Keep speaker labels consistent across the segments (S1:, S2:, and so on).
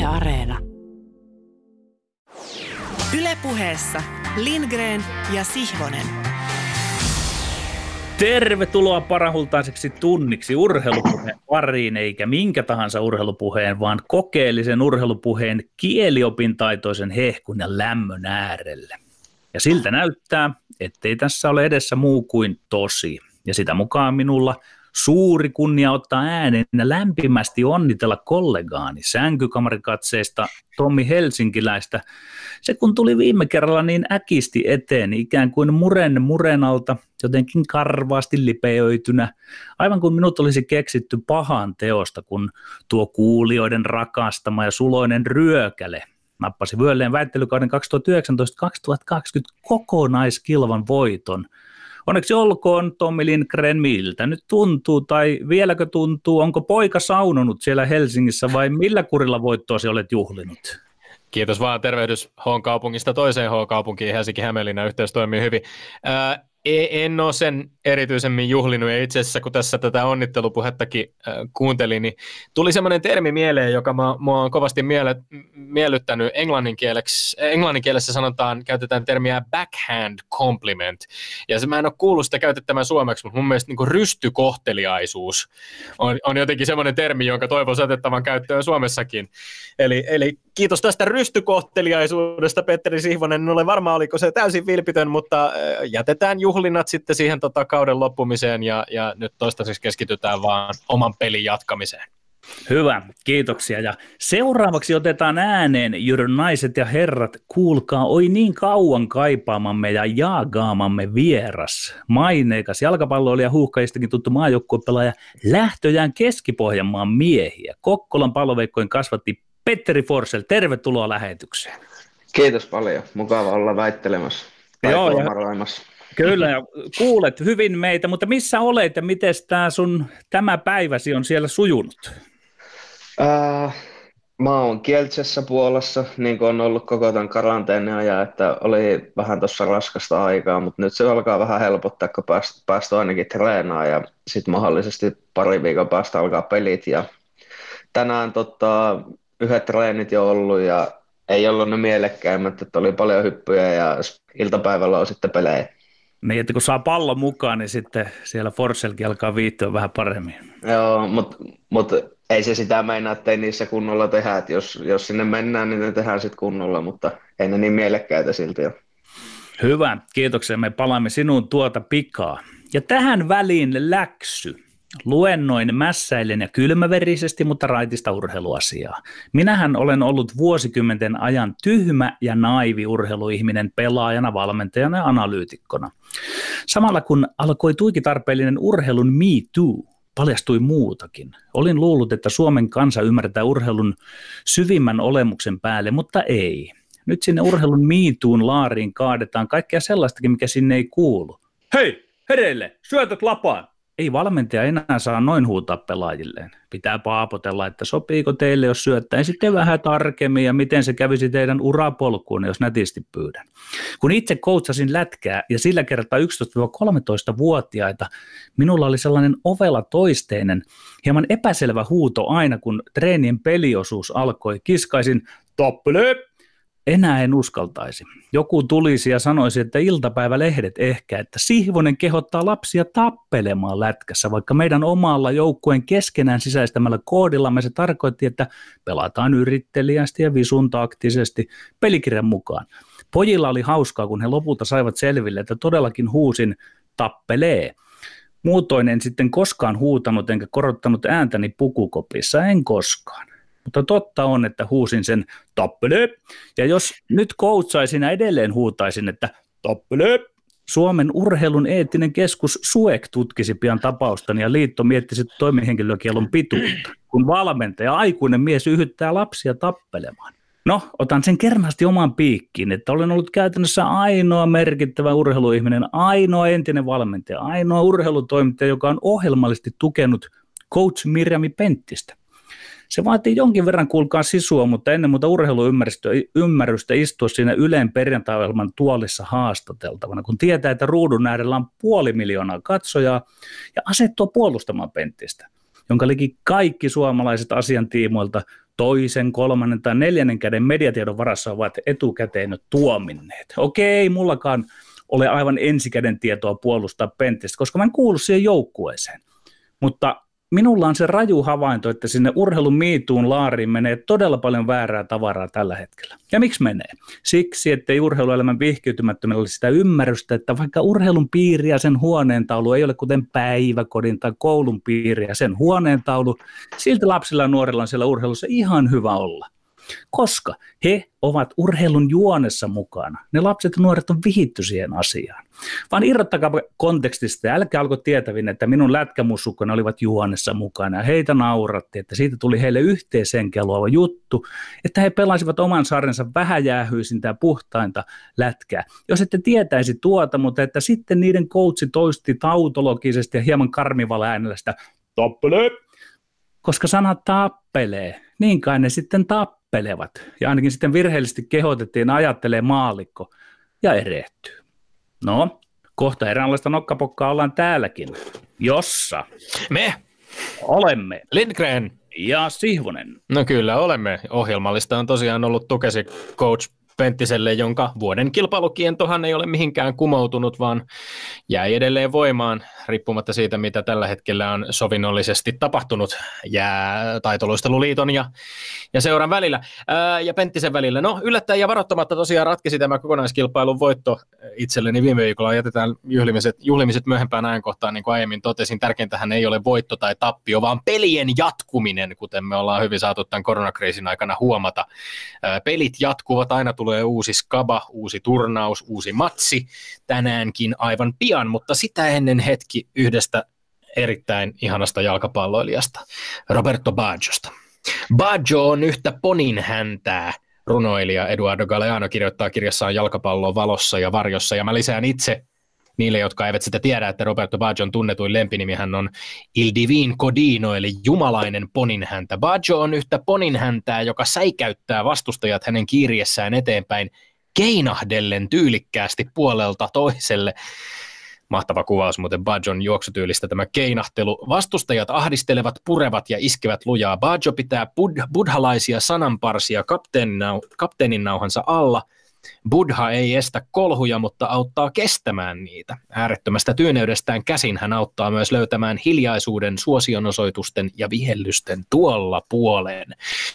S1: Yle Areena.
S2: Yle Puheessa Lindgren ja Sihvonen.
S3: Tervetuloa parahultaiseksi tunniksi urheilupuheen pariin, eikä minkä tahansa urheilupuheen, vaan kokeellisen urheilupuheen kieliopintaitoisen hehkun ja lämmön äärelle. Ja siltä näyttää, ettei tässä ole edessä muu kuin tosi. Ja sitä mukaan minulla suuri kunnia ottaa äänen ja lämpimästi onnitella kollegaani sänkykamarikatseista Tommi Helsinkiläistä. Se kun tuli viime kerralla niin äkisti eteen, ikään kuin murenalta, jotenkin karvaasti lipeöitynä, aivan kuin minut olisi keksitty pahan teosta, kun tuo kuulijoiden rakastama ja suloinen ryökäle nappasi vyölleen väittelykauden 2019-2020 kokonaiskilvan voiton. Onneksi olkoon, Tommi Lindgren, miltä nyt tuntuu, tai vieläkö tuntuu, onko poika saunonut siellä Helsingissä vai millä kurilla voittoa se olet juhlinut?
S4: Kiitos vaan, tervehdys H-kaupungista toiseen H-kaupunkiin, Helsinki-Hämeenlinna yhteys toimii hyvin. En ole sen erityisemmin juhlinut, ja itse asiassa kun tässä tätä onnittelupuhettakin kuuntelin, niin tuli semmoinen termi mieleen, joka mua on kovasti miellyttänyt englanninkielessä käytetään termiä backhand compliment, ja mä en ole kuullut sitä käytettävän suomeksi, mutta mun mielestä niin kuin rystykohteliaisuus on jotenkin semmoinen termi, jonka toivon otettavan käyttöön Suomessakin. Eli kiitos tästä rystykohteliaisuudesta, Petteri Sihvonen. En ole varma, oliko se täysin vilpitön, mutta jätetään juhlinnat sitten siihen kauden loppumiseen ja nyt toistaiseksi keskitytään vaan oman pelin jatkamiseen.
S3: Hyvä, kiitoksia. Ja seuraavaksi otetaan ääneen, jyrön naiset ja herrat, kuulkaa, oi niin kauan kaipaamamme ja jaagaamamme vieras, maineikas jalkapalloilija huuhkajistakin tuttu maajoukkuepelaaja, lähtöjään Keski-Pohjanmaan miehiä. Kokkolan Palloveikkojen kasvatti Petteri Forsell, tervetuloa lähetykseen.
S5: Kiitos paljon, mukava olla väittelemässä tai tuomaroimassa.
S3: Kyllä, ja kuulet hyvin meitä, mutta missä olet ja miten tämä päiväsi on siellä sujunut?
S5: Mä oon Kielcessä Puolassa, niin kuin on ollut koko tämän karanteenin, että oli vähän tuossa raskasta aikaa, mutta nyt se alkaa vähän helpottaa, kun päästä ainakin treenaamaan ja sitten mahdollisesti pari viikon päästä alkaa pelit. Ja tänään yhdet treenit jo ollut ja ei ollut ne mielekkäimmät, että oli paljon hyppyjä ja iltapäivällä on sitten pelejä.
S3: Niin, että kun saa pallon mukaan, niin sitten siellä Forsellkin alkaa viihtyä vähän paremmin.
S5: Joo, mutta ei se sitä meinaa, että ei niissä kunnolla tehdä. Että jos sinne mennään, niin ne tehdään sitten kunnolla, mutta ei ne niin mielekkäitä silti jo.
S3: Hyvä, kiitoksia. Me palaamme sinuun tuota pikaa. Ja tähän väliin läksy. Luennoin mässäilen ja kylmäverisesti, mutta raitista urheiluasiaa. Minähän olen ollut vuosikymmenten ajan tyhmä ja naivi urheiluihminen pelaajana, valmentajana ja analyytikkona. Samalla kun alkoi tuikitarpeellinen urheilun Me Too, paljastui muutakin. Olin luullut, että Suomen kansa ymmärtää urheilun syvimmän olemuksen päälle, mutta ei. Nyt sinne urheilun Me Toon laariin kaadetaan kaikkea sellaistakin, mikä sinne ei kuulu. Hei, hereille, syötöt lapaan! Ei valmentaja enää saa noin huutaa pelaajilleen. Pitää paapotella, että sopiiko teille, jos syöttäisitte vähän tarkemmin ja miten se kävisi teidän urapolkuun, jos nätisti pyydän. Kun itse coachasin lätkää ja sillä kertaa 11-13-vuotiaita, minulla oli sellainen ovela toisteinen, hieman epäselvä huuto aina, kun treenien peliosuus alkoi. Kiskaisin, toppele! Enää en uskaltaisi. Joku tulisi ja sanoisi, että iltapäivälehdet ehkä, että Sihvonen kehottaa lapsia tappelemaan lätkässä, vaikka meidän omalla joukkueen keskenään sisäistämällä koodillamme se tarkoitti, että pelataan yritteliästi ja visuntaktisesti pelikirjan mukaan. Pojilla oli hauskaa, kun he lopulta saivat selville, että todellakin huusin tappelee. Muutoin en sitten koskaan huutanut enkä korottanut ääntäni pukukopissa, en koskaan. Mutta totta on, että huusin sen tappele. Ja jos nyt coachaisin ja edelleen huutaisin, että tappele, Suomen urheilun eettinen keskus SUEK tutkisi pian tapaustani ja liitto miettisi toimihenkilökielon pituutta, kun valmentaja, aikuinen mies yhyttää lapsia tappelemaan. No, otan sen kernaasti oman piikkiin, että olen ollut käytännössä ainoa merkittävä urheiluihminen, ainoa entinen valmentaja, ainoa urheilutoimittaja, joka on ohjelmallisesti tukenut coach Mirjami Penttistä. Se vaatii jonkin verran, kuulkaa, sisua, mutta ennen muuta urheiluymmärrystä istua siinä Ylen perjantai-ohjelman tuolissa haastateltavana, kun tietää, että ruudun äärellä on 500 000 katsojaa ja asettua puolustamaan Penttistä, jonka liki kaikki suomalaiset asiantiimoilta toisen, kolmannen tai neljännen käden mediatiedon varassa ovat etukäteen jo tuominneet. Okei, mullakaan ole aivan ensikäden tietoa puolustaa Penttistä, koska mä en kuulu siihen joukkueeseen. Mutta minulla on se raju havainto, että sinne urheilun miituun laariin menee todella paljon väärää tavaraa tällä hetkellä. Ja miksi menee? Siksi, ettei urheiluelämän vihkiytymättömällä ole sitä ymmärrystä, että vaikka urheilun piiri ja sen huoneentaulu ei ole kuten päiväkodin tai koulun piiri ja sen huoneentaulu, silti lapsilla ja nuorilla on siellä urheilussa ihan hyvä olla. Koska he ovat urheilun juonessa mukana. Ne lapset ja nuoret on vihitty siihen asiaan. Vaan irrottakaa kontekstista ja älkää alko tietävin, että minun lätkämusukkoni olivat juonessa mukana. Ja heitä nauratti, että siitä tuli heille yhteiseen keluava juttu, että he pelasivat oman sarjansa vähäjäähyisintä ja puhtainta lätkää. Jos ette tietäisi tuota, mutta että sitten niiden coachi toisti tautologisesti ja hieman karmivalla äänellä sitä tappelee, koska sana tappelee, niin kai ne sitten tappelevat. Ja ainakin sitten virheellisesti kehotettiin ajattelee maallikko ja erehtyy. No, kohta eräänlaista nokkapokkaa ollaan täälläkin, jossa
S4: me
S3: olemme
S4: Lindgren
S3: ja Sihvonen.
S4: No kyllä olemme. Ohjelmallista on tosiaan ollut tukesi coach Penttiselle, jonka vuoden kilpailukientohan ei ole mihinkään kumoutunut, vaan jäi edelleen voimaan, riippumatta siitä, mitä tällä hetkellä on sovinnollisesti tapahtunut taitoluisteluliiton ja seuran välillä ja Penttisen välillä. No, yllättäen ja varoittamatta tosiaan ratkesi tämä kokonaiskilpailun voitto itselleni viime viikolla. Jätetään juhlimiset myöhempään ajankohtaan, niin kuin aiemmin totesin. Tärkeintähän ei ole voitto tai tappio, vaan pelien jatkuminen, kuten me ollaan hyvin saatu tämän koronakriisin aikana huomata. Pelit jatkuvat, aina tulee uusi skaba, uusi turnaus, uusi matsi tänäänkin aivan pian, mutta sitä ennen hetki yhdestä erittäin ihanasta jalkapalloilijasta, Roberto Baggiosta. Baggio on yhtä ponin häntää, runoilija Eduardo Galeano kirjoittaa kirjassaan Jalkapallo valossa ja varjossa, ja mä lisään itse niille, jotka eivät sitä tiedä, että Roberto Baggion tunnetuin lempinimi hän on Il Divin Codino, eli jumalainen poninhäntä. Baggio on yhtä poninhäntää, joka säikäyttää vastustajat hänen kiiriessään eteenpäin keinahdellen tyylikkäästi puolelta toiselle. Mahtava kuvaus muuten Baggion juoksutyylistä tämä keinahtelu. Vastustajat ahdistelevat, purevat ja iskevät lujaa. Baggio pitää buddhalaisia sananparsia kapteeninauhansa alla. Buddha ei estä kolhuja, mutta auttaa kestämään niitä. Äärettömästä tyyneydestä käsin hän auttaa myös löytämään hiljaisuuden, suosionosoitusten ja vihellysten tuolla puoleen.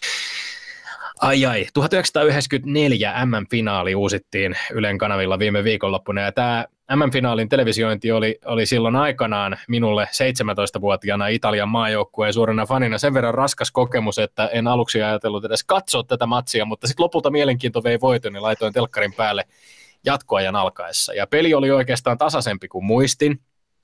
S4: 1994 MM-finaali uusittiin Ylen kanavilla viime viikonloppuna, ja tämä MM-finaalin televisiointi oli silloin aikanaan minulle 17-vuotiaana Italian maajoukkueen suurena fanina sen verran raskas kokemus, että en aluksi ajatellut edes katsoa tätä matsia, mutta sitten lopulta mielenkiinto vei voiton ja laitoin telkkarin päälle jatkoajan alkaessa. Ja peli oli oikeastaan tasaisempi kuin muistin.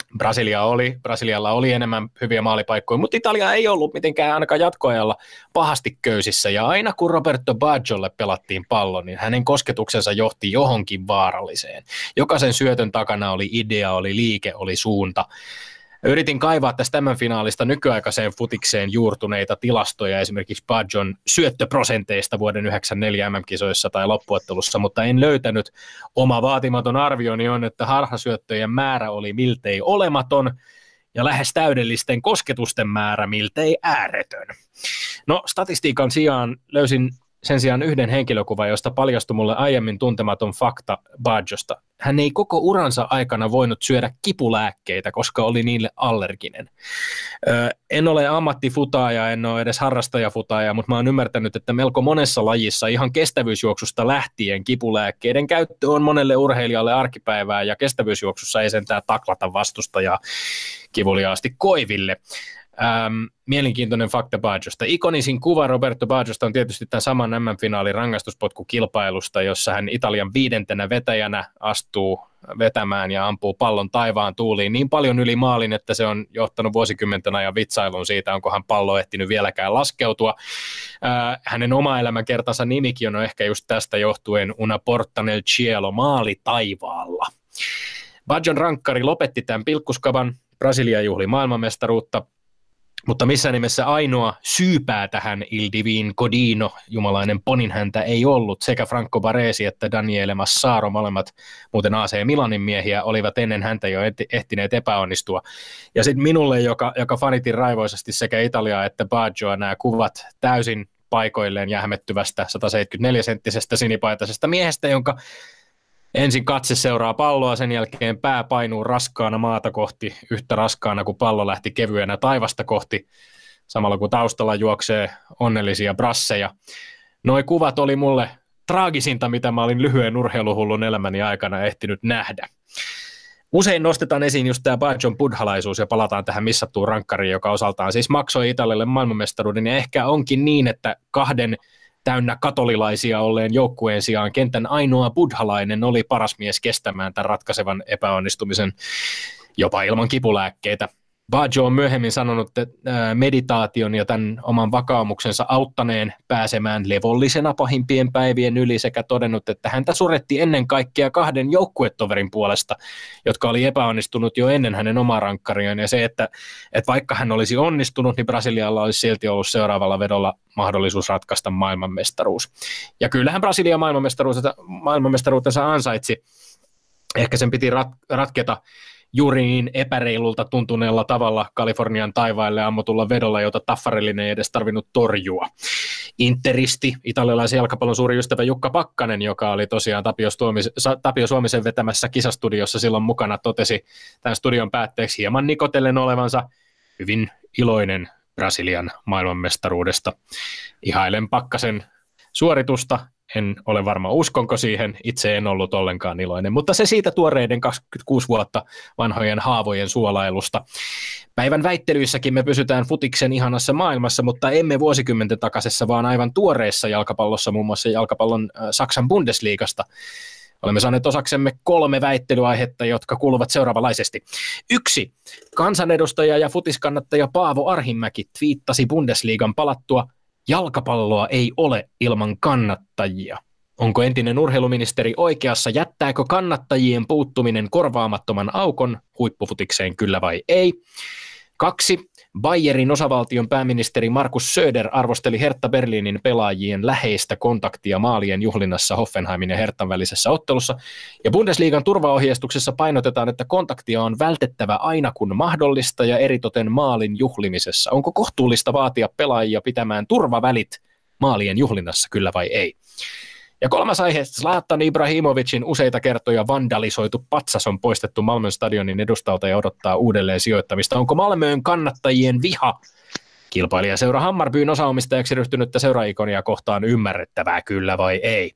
S4: Brasilialla oli enemmän hyviä maalipaikkoja, mutta Italia ei ollut mitenkään ainakaan jatkoajalla pahasti köysissä. Ja aina kun Roberto Baggiolle pelattiin pallon, niin hänen kosketuksensa johti johonkin vaaralliseen. Jokaisen syötön takana oli idea, oli liike, oli suunta. Yritin kaivaa tästä tämän finaalista nykyaikaiseen futikseen juurtuneita tilastoja, esimerkiksi Baggion syöttöprosenteista vuoden 1994 MM-kisoissa tai loppuottelussa, mutta en löytänyt. Oma vaatimaton arvioni on, että harhasyöttöjen määrä oli miltei olematon ja lähes täydellisten kosketusten määrä miltei ääretön. No, statistiikan sijaan löysin sen sijaan yhden henkilökuvan, josta paljastui mulle aiemmin tuntematon fakta Baggiosta. Hän ei koko uransa aikana voinut syödä kipulääkkeitä, koska oli niille allerginen. En ole ammattifutaaja, en ole edes harrastajafutaaja, mutta mä oon ymmärtänyt, että melko monessa lajissa ihan kestävyysjuoksusta lähtien kipulääkkeiden käyttö on monelle urheilijalle arkipäivää, ja kestävyysjuoksussa ei sentään taklata vastustajaa kivuliaasti koiville. Mielenkiintoinen fakta Baggiosta. Ikonisin kuva Roberto Baggiosta on tietysti tämän saman MM-finaalin rangaistuspotkukilpailusta, jossa hän Italian 5. vetäjänä astuu vetämään ja ampuu pallon taivaan tuuliin niin paljon yli maalin, että se on johtanut vuosikymmenten ajan vitsailun siitä, onko hän pallo ehtinyt vieläkään laskeutua. Hänen oma elämänkertansa nimikin on ehkä just tästä johtuen Una porta nel cielo, maali taivaalla. Baggion rankkari lopetti tämän pilkkuskaban. Brasilia juhli maailmanmestaruutta. Mutta missään nimessä ainoa syypää tähän Il Divin Codino, jumalainen poninhäntä, ei ollut. Sekä Franco Baresi että Daniele Massaro, molemmat muuten AC Milanin miehiä, olivat ennen häntä jo ehtineet epäonnistua. Ja sitten minulle, joka fanitin raivoisasti sekä Italiaa että Baggioa, nämä kuvat täysin paikoilleen jähmettyvästä 174-senttisestä sinipaitaisesta miehestä, jonka ensin katse seuraa palloa, sen jälkeen pää painuu raskaana maata kohti, yhtä raskaana kuin pallo lähti kevyenä taivasta kohti, samalla kun taustalla juoksee onnellisia brasseja. Noi kuvat oli mulle traagisinta, mitä mä olin lyhyen urheiluhullun elämäni aikana ehtinyt nähdä. Usein nostetaan esiin just tämä Bajon buddhalaisuus ja palataan tähän missattuun rankkariin, joka osaltaan siis maksoi Italialle maailmanmestaruuden. Ja ehkä onkin niin, että kahden täynnä katolilaisia olleen joukkueen sijaan kentän ainoa buddhalainen oli paras mies kestämään tämän ratkaisevan epäonnistumisen jopa ilman kipulääkkeitä. Baggio on myöhemmin sanonut, että meditaation ja tämän oman vakaumuksensa auttaneen pääsemään levollisena pahimpien päivien yli sekä todennut, että häntä suretti ennen kaikkea kahden joukkuetoverin puolesta, jotka oli epäonnistunut jo ennen hänen omaa rankkariaan. Ja se, että vaikka hän olisi onnistunut, niin Brasilialla olisi silti ollut seuraavalla vedolla mahdollisuus ratkaista maailmanmestaruus. Ja kyllähän Brasilia maailmanmestaruutensa ansaitsi. Ehkä sen piti ratketa juuri niin epäreilulta tuntuneella tavalla Kalifornian taivaille ammutulla vedolla, jota Taffarellin ei edes tarvinnut torjua. Interisti, italialaisen jalkapallon suuri ystävä Jukka Pakkanen, joka oli tosiaan Tapio Suomisen vetämässä kisastudiossa silloin mukana, totesi tämän studion päätteeksi hieman nikotellen olevansa hyvin iloinen Brasilian maailmanmestaruudesta. Ihailen Pakkasen suoritusta. En ole varma, uskonko siihen, itse en ollut ollenkaan iloinen, mutta se siitä tuoreiden 26 vuotta vanhojen haavojen suolailusta. Päivän väittelyissäkin me pysytään futiksen ihanassa maailmassa, mutta emme vuosikymmenten takaisessa, vaan aivan tuoreessa jalkapallossa, muun muassa jalkapallon Saksan Bundesliigasta. Olemme saaneet osaksemme 3 väittelyaihetta, jotka kuuluvat seuraavanlaisesti. 1. Kansanedustaja ja futiskannattaja Paavo Arhimäki twiittasi Bundesliigan palattua: jalkapalloa ei ole ilman kannattajia. Onko entinen urheiluministeri oikeassa? Jättääkö kannattajien puuttuminen korvaamattoman aukon huippufutikseen, kyllä vai ei? 2. Bayerin osavaltion pääministeri Markus Söder arvosteli Hertha Berlinin pelaajien läheistä kontaktia maalien juhlinnassa Hoffenheimin ja Herthan välisessä ottelussa. Ja Bundesliigan turvaohjeistuksessa painotetaan, että kontaktia on vältettävä aina kun mahdollista ja eritoten maalin juhlimisessa. Onko kohtuullista vaatia pelaajia pitämään turvavälit maalien juhlinnassa, kyllä vai ei? Ja 3. aihe, Zlatan Ibrahimovicin useita kertoja vandalisoitu patsas on poistettu Malmön stadionin edustalta ja odottaa uudelleen sijoittamista. Onko Malmöön kannattajien viha kilpailijaseura Hammarbyn osaomistajaksi ryhtynyttä seuraikonia kohtaan ymmärrettävää, kyllä vai ei?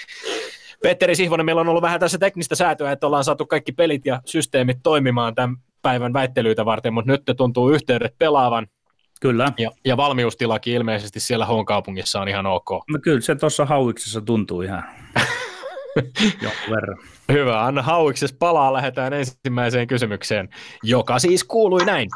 S4: Petteri Sihvonen, meillä on ollut vähän tässä teknistä säätöä, että ollaan saatu kaikki pelit ja systeemit toimimaan tämän päivän väittelyitä varten, mutta nyt tuntuu yhteydet pelaavan.
S3: Kyllä.
S4: Ja valmiustilakin ilmeisesti siellä H-kaupungissa on ihan ok.
S3: No kyllä se tuossa Hauiksessa tuntuu ihan jonkun verran.
S4: Hyvä, anna Hauiksessa palaa, lähdetään ensimmäiseen kysymykseen, joka siis kuului näin.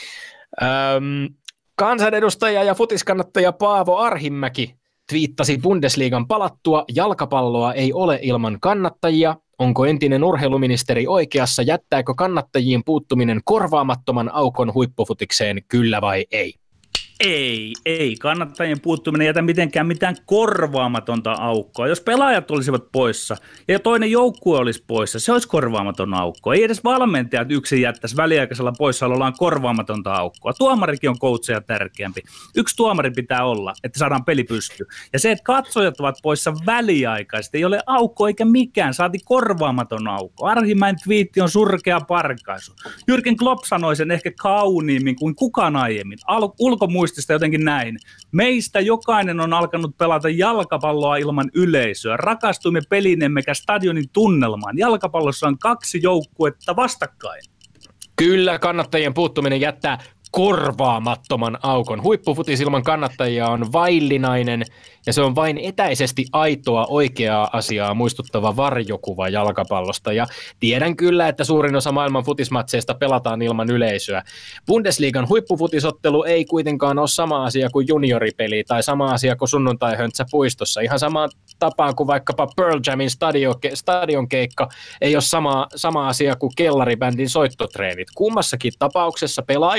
S4: Kansanedustaja ja futiskannattaja Paavo Arhimäki twiittasi Bundesliigan palattua: jalkapalloa ei ole ilman kannattajia. Onko entinen urheiluministeri oikeassa? Jättääkö kannattajien puuttuminen korvaamattoman aukon huippufutikseen, kyllä vai ei?
S3: Ei. Kannattajien puuttuminen jätä mitenkään mitään korvaamatonta aukkoa. Jos pelaajat olisivat poissa ja toinen joukkue olisi poissa, se olisi korvaamaton aukko. Ei edes valmentajat yksin jättäisi väliaikaisella poissaolollaan korvaamatonta aukkoa. Tuomarikin on coacheja tärkeämpi. 1 tuomari pitää olla, että saadaan peli pystyyn. Ja se, että katsojat ovat poissa väliaikaisesti, ei ole aukko eikä mikään, saati korvaamaton aukko. Arhimäen twiitti on surkea parkaisu. Jürgen Klopp sanoi sen ehkä kauniimmin kuin kukaan aiemmin. Ulkomuistista jotenkin näin. Meistä jokainen on alkanut pelata jalkapalloa ilman yleisöä. Rakastuimme pelin emmekä stadionin tunnelmaan. Jalkapallossa on 2 joukkuetta vastakkain.
S4: Kyllä, kannattajien puuttuminen jättää korvaamattoman aukon. Huippufutis ilman kannattajia on vaillinainen ja se on vain etäisesti aitoa oikeaa asiaa muistuttava varjokuva jalkapallosta. Ja tiedän kyllä, että suurin osa maailman futismatseista pelataan ilman yleisöä. Bundesliigan huippufutisottelu ei kuitenkaan ole sama asia kuin junioripeli tai sama asia kuin sunnuntai-höntsä puistossa. Ihan samaan tapaan kuin vaikkapa Pearl Jamin stadionkeikka ei ole sama asia kuin kellaribändin soittotreenit. Kummassakin tapauksessa pelaajat ja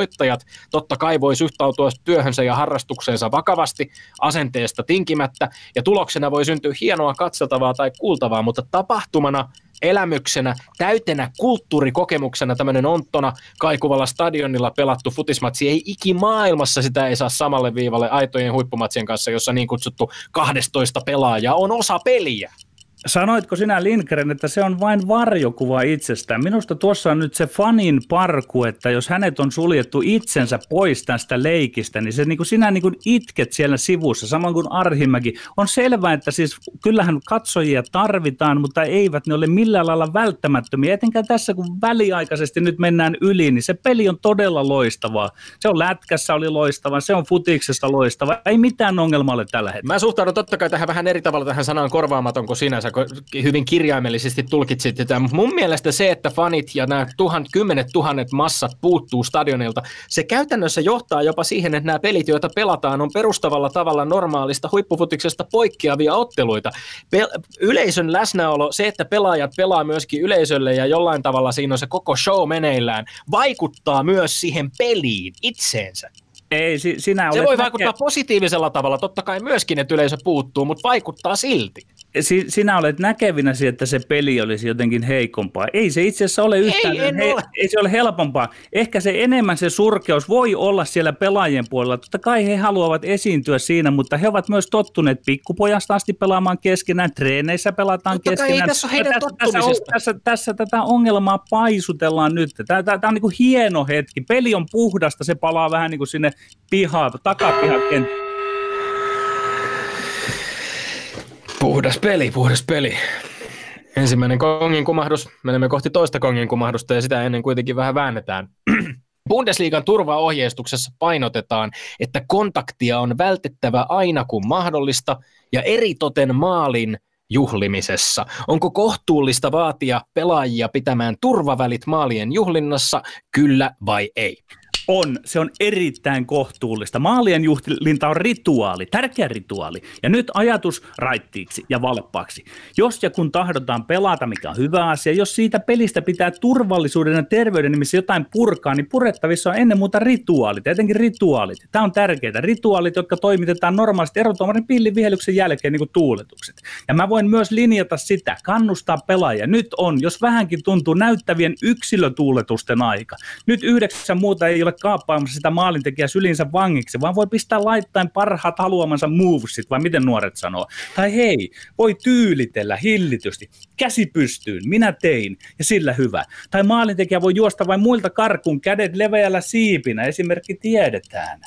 S4: voittajat totta kai voi suhtautua työhönsä ja harrastukseensa vakavasti, asenteesta tinkimättä, ja tuloksena voi syntyä hienoa katseltavaa tai kuultavaa, mutta tapahtumana, elämyksenä, täytenä kulttuurikokemuksena tämmöinen onttona kaikuvalla stadionilla pelattu futismatsi ei ikimaailmassa sitä ei saa samalle viivalle aitojen huippumatsien kanssa, jossa niin kutsuttu 12 pelaajaa on osa peliä.
S3: Sanoitko sinä, Lindgren, että se on vain varjokuva itsestään? Minusta tuossa on nyt se fanin parku, että jos hänet on suljettu itsensä pois tästä leikistä, niin se niin kuin sinä niin kuin itket siellä sivussa, samoin kuin Arhimäki. On selvää, että siis kyllähän katsojia tarvitaan, mutta eivät ne ole millään lailla välttämättömiä. Etenkään tässä, kun väliaikaisesti nyt mennään yli, niin se peli on todella loistavaa. Se on lätkässä oli loistava, se on futiksessa loistava. Ei mitään ongelmaa ole tällä hetkellä.
S4: Mä suhtaudun totta kai tähän vähän eri tavalla tähän sanaan korvaamaton kuin sinänsä. Hyvin kirjaimellisesti tulkitsit sitä. Mun mielestä se, että fanit ja nämä 10 000 massat puuttuu stadionilta, se käytännössä johtaa jopa siihen, että nämä pelit, joita pelataan, on perustavalla tavalla normaalista huippufutiksesta poikkeavia otteluita. Yleisön läsnäolo, se, että pelaajat pelaa myöskin yleisölle ja jollain tavalla siinä on se koko show meneillään, vaikuttaa myös siihen peliin itseensä.
S3: Ei, sinä
S4: se voi vaikuttaa positiivisella tavalla, totta kai myöskin, että yleisö puuttuu, mutta vaikuttaa silti.
S3: Sinä olet näkevinäsi, että se peli olisi jotenkin heikompaa. Ei se itse asiassa ole yhtään. Ei se ole helpompaa. Ehkä se enemmän se surkeus voi olla siellä pelaajien puolella. Totta kai he haluavat esiintyä siinä, mutta he ovat myös tottuneet pikkupojasta asti pelaamaan keskenään. Treeneissä pelataan totta keskenään. Tässä tätä ongelmaa paisutellaan nyt. Tämä on niin kuin hieno hetki. Peli on puhdasta, se palaa vähän niin kuin sinne takapihakenttiin.
S4: Puhdas peli. Ensimmäinen kongin kumahdus. Menemme kohti toista kongin kumahdusta ja sitä ennen kuitenkin vähän väännetään. Bundesliigan turvaohjeistuksessa painotetaan, että kontaktia on vältettävä aina kun mahdollista ja eritoten maalin juhlimisessa. Onko kohtuullista vaatia pelaajia pitämään turvavälit maalien juhlinnassa, kyllä vai ei?
S3: Se on erittäin kohtuullista. Maalien juhlinta on rituaali, tärkeä rituaali. Ja nyt ajatus raittiiksi ja valppaaksi. Jos ja kun tahdotaan pelata, mikä on hyvä asia, jos siitä pelistä pitää turvallisuuden ja terveyden nimissä jotain purkaa, niin purettavissa on ennen muuta rituaalit, etenkin rituaalit. Tämä on tärkeää. Rituaalit, jotka toimitetaan normaalisti erotuomarin pillivihelyksen jälkeen, niin kuin tuuletukset. Ja mä voin myös linjata sitä, kannustaa pelaajia. Nyt on, jos vähänkin tuntuu näyttävien yksilötuuletusten aika. Nyt 9 muuta ei ole kaappaamassa sitä maalintekijää sylinsä vangiksi, vaan voi pistää laittaen parhaat haluamansa movesit, vai miten nuoret sanoo. Tai hei, voi tyylitellä hillitysti, käsi pystyyn, minä tein, ja sillä hyvä. Tai maalintekijä voi juosta vain muilta karkuun, kädet leveällä siipinä, esimerkki tiedetään.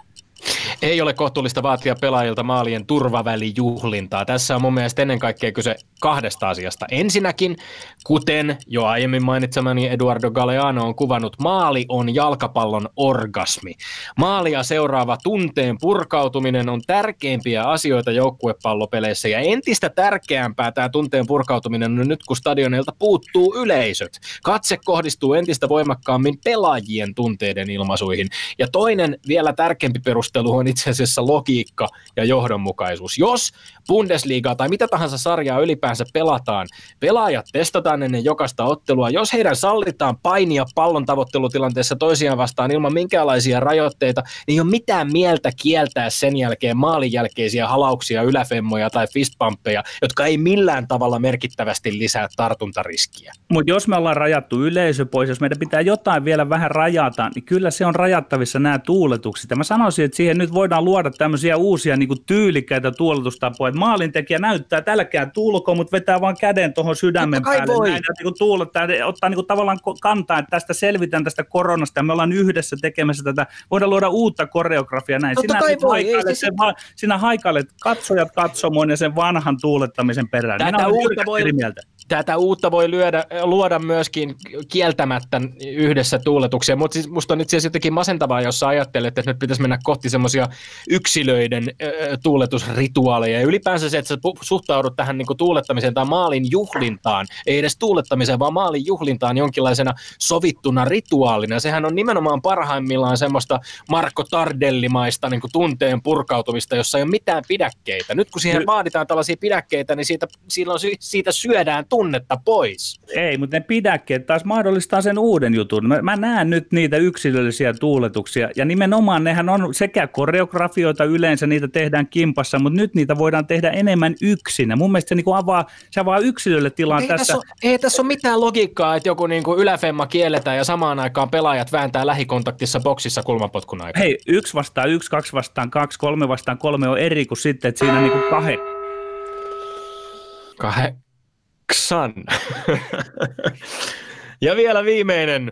S4: Ei ole kohtuullista vaatia pelaajilta maalien turvavälijuhlintaa. Tässä on mun mielestä ennen kaikkea kyse 2 asiasta. Ensinnäkin, kuten jo aiemmin mainitsemani Eduardo Galeano on kuvannut, maali on jalkapallon orgasmi. Maalia seuraava tunteen purkautuminen on tärkeimpiä asioita joukkuepallopeleissä ja entistä tärkeämpää tämä tunteen purkautuminen on nyt, kun stadionilta puuttuu yleisöt. Katse kohdistuu entistä voimakkaammin pelaajien tunteiden ilmaisuihin. Ja toinen vielä tärkeämpi perustelu on itse asiassa logiikka ja johdonmukaisuus. Jos Bundesliigaa tai mitä tahansa sarjaa ylipäänsä pelataan, pelaajat testataan ennen jokaista ottelua, jos heidän sallitaan painia pallon tavoittelutilanteessa toisiaan vastaan ilman minkäänlaisia rajoitteita, niin ei ole mitään mieltä kieltää sen jälkeen maalin jälkeisiä halauksia, yläfemmoja tai fistpumppeja, jotka ei millään tavalla merkittävästi lisää tartuntariskiä.
S3: Mutta jos me ollaan rajattu yleisö pois, jos meidän pitää jotain vielä vähän rajata, niin kyllä se on rajattavissa nämä tuuletukset. Ja mä sanoisin, että siihen nyt voidaan luoda tämmöisiä uusia niin kuin tyylikkäitä tuuletustapoja, että maalintekijä näyttää tälläkään tuulkoon, mutta vetää vaan käden tuohon sydämen päälle. Näin, niin tuulettaa, ottaa niin kuin tavallaan kantaa, että tästä selvitään tästä koronasta ja me ollaan yhdessä tekemässä tätä. Voidaan luoda uutta koreografiaa näin. Sinä haikailet katsojat katsomoon ja sen vanhan tuulettamisen perään.
S4: Tätä uutta voi luoda myöskin kieltämättä yhdessä tuuletuksia, mutta siis musta on itse asiassa jotenkin masentavaa, jos sä ajattelet, että nyt pitäisi mennä kohti semmoisia yksilöiden tuuletusrituaaleja. Ja ylipäänsä se, että sä suhtaudut tähän niinku tuulettamiseen tai maalin juhlintaan, ei edes tuulettamiseen, vaan maalin juhlintaan jonkinlaisena sovittuna rituaalina. Sehän on nimenomaan parhaimmillaan semmoista Marco Tardellimaista niinku tunteen purkautumista, jossa ei ole mitään pidäkkeitä. Nyt kun siihen vaaditaan tällaisia pidäkkeitä, niin siitä syödään tunteita. tunnetta pois.
S3: Ei, mutta ne pidäkkeet taas mahdollistaa sen uuden jutun. Mä näen nyt niitä yksilöllisiä tuuletuksia, ja nimenomaan nehän on sekä koreografioita yleensä, niitä tehdään kimpassa, mutta nyt niitä voidaan tehdä enemmän yksinä. Mun mielestä se avaa yksilölle tilaa tässä.
S4: Ei tässä ole mitään logiikkaa, että joku niin kuin yläfemma kielletään ja samaan aikaan pelaajat vääntää lähikontaktissa boksissa kulmapotkun aikana.
S3: Hei, 1 vastaan 1, 2 vastaan 2, 3 vastaan 3 on eri kuin sitten, että siinä niin kuin
S4: 8. Ja vielä viimeinen,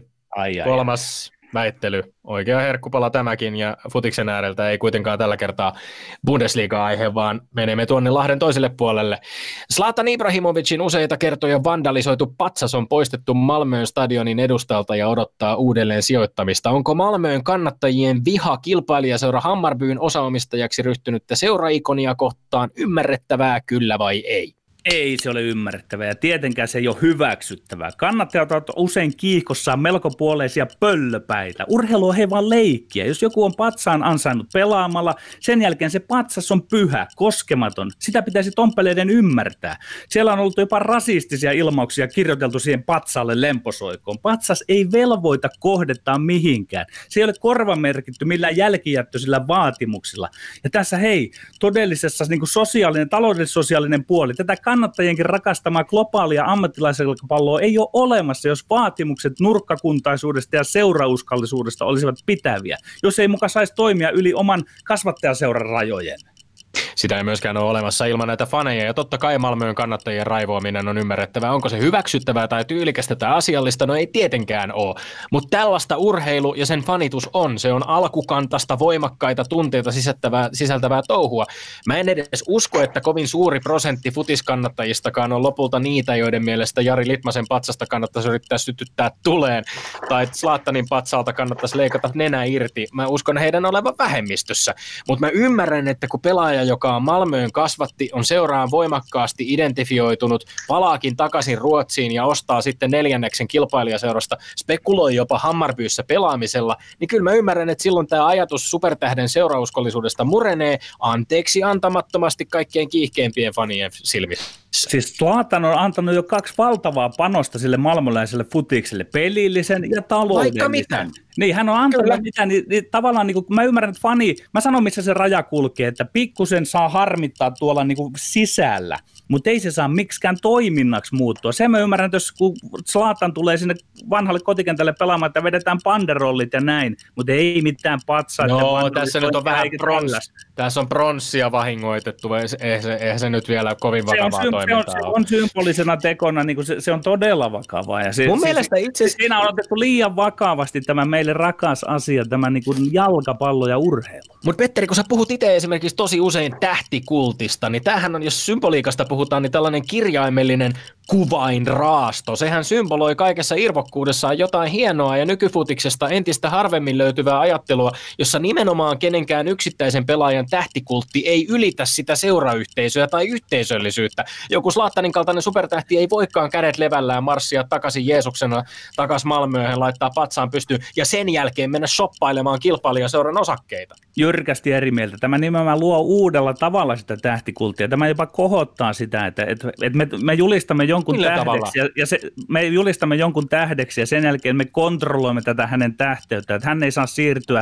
S4: kolmas väittely. Oikea herkkupala tämäkin, ja futiksen ääreltä ei kuitenkaan tällä kertaa Bundesliga-aihe, vaan menemme tuonne Lahden toiselle puolelle. Zlatan Ibrahimovicin useita kertoja vandalisoitu patsas on poistettu Malmön stadionin edustalta ja odottaa uudelleen sijoittamista. Onko Malmön kannattajien viha kilpailijaseura Hammarbyn osaomistajaksi ryhtynyttä seuraikonia kohtaan ymmärrettävää, kyllä vai ei?
S3: Ei se ole ymmärrettävää ja tietenkään se ei ole hyväksyttävää. Kannattajat ovat usein kiihkossaan melkopuoleisia pöllöpäitä. Urheilu on he vaan leikkiä. Jos joku on patsaan ansainnut pelaamalla, sen jälkeen se patsas on pyhä, koskematon. Sitä pitäisi tompeleiden ymmärtää. Siellä on ollut jopa rasistisia ilmauksia kirjoiteltu siihen patsaalle lemposoikoon. Patsas ei velvoita kohdettaan mihinkään. Se ei ole korvamerkitty millään jälkijättöisillä vaatimuksilla. Ja tässä todellisessa niin kuin taloudellis-sosiaalinen puoli, tätä kannattajienkin rakastamaa globaalia ammattilaisjalkapalloa ei ole olemassa, jos vaatimukset nurkkakuntaisuudesta ja seurauskallisuudesta olisivat pitäviä, jos ei muka saisi toimia yli oman kasvattajaseuran rajojen.
S4: Sitä ei myöskään ole olemassa ilman näitä faneja, ja totta kai Malmön kannattajien raivoaminen on ymmärrettävää. Onko se hyväksyttävää tai tyylikästä tai asiallista? No ei tietenkään ole, mutta tällaista urheilu ja sen fanitus on. Se on alkukantasta, voimakkaita tunteita sisältävää touhua. Mä en edes usko, että kovin suuri prosentti futiskannattajistakaan on lopulta niitä, joiden mielestä Jari Litmasen patsasta kannattaisi yrittää sytyttää tuleen, tai Zlatanin patsalta kannattaisi leikata nenä irti. Mä uskon heidän olevan vähemmistössä, mutta mä ymmärrän, että kun pelaaja, joka Malmöön kasvatti, on seuraan voimakkaasti identifioitunut, palaakin takaisin Ruotsiin ja ostaa sitten 4. kilpailijaseurasta, spekuloi jopa Hammarbyyssä pelaamisella, niin kyllä mä ymmärrän, että silloin tämä ajatus supertähden seurauskollisuudesta murenee anteeksi antamattomasti kaikkein kiihkeimpien fanien silmissä.
S3: Siis Zlatan on antanut jo 2 valtavaa panosta sille malmöläiselle futikselle, pelillisen ja taloudellisen.
S4: Vaikka mitä.
S3: Niin, hän on antanut mitä, niin tavallaan, niin kuin, mä ymmärrän, että mä sanon, missä se raja kulkee, että pikkusen saa harmittaa tuolla niin kuin sisällä, mutta ei se saa miksikään toiminnaksi muuttua. Sen mä ymmärrän, että jos kun Zlatan tulee sinne vanhalle kotikentälle pelaamaan, että vedetään banderollit ja näin, mutta ei mitään patsaa.
S4: No, tässä nyt on vähän tässä on pronssia vahingoitettu, eihän se nyt vielä kovin vakavaa toimintaa
S3: se on symbolisena tekona, niin kuin se on todella vakavaa. Ja
S4: mun mielestä itse
S3: siinä on otettu liian vakavasti tämä meille rakas asia, tämä niin kuin jalkapallo ja urheilu.
S4: Mutta Petteri, kun sä puhut itse esimerkiksi tosi usein tähtikultista, niin tämähän on, jos symboliikasta puhutaan, niin tällainen kirjaimellinen kuvainraasto. Sehän symboloi kaikessa irvokkuudessaan jotain hienoa ja nykyfutiksesta entistä harvemmin löytyvää ajattelua, jossa nimenomaan kenenkään yksittäisen pelaajan tähtikultti ei ylitä sitä seurayhteisöä tai yhteisöllisyyttä. Joku Zlatanin kaltainen supertähti ei voikaan kädet levällään marssia takaisin Jeesuksena takaisin Malmöön, laittaa patsaan pystyyn ja sen jälkeen mennä shoppailemaan kilpailijaseuran osakkeita.
S3: Jyrkästi eri mieltä. Tämä nimenomaan luo uudella tavalla sitä tähtikulttia. Tämä jopa kohottaa sitä, että me julistamme jonkun tähdeksi me julistamme jonkun tähdeksi ja sen jälkeen me kontrolloimme tätä hänen tähteyttä, että hän ei saa siirtyä.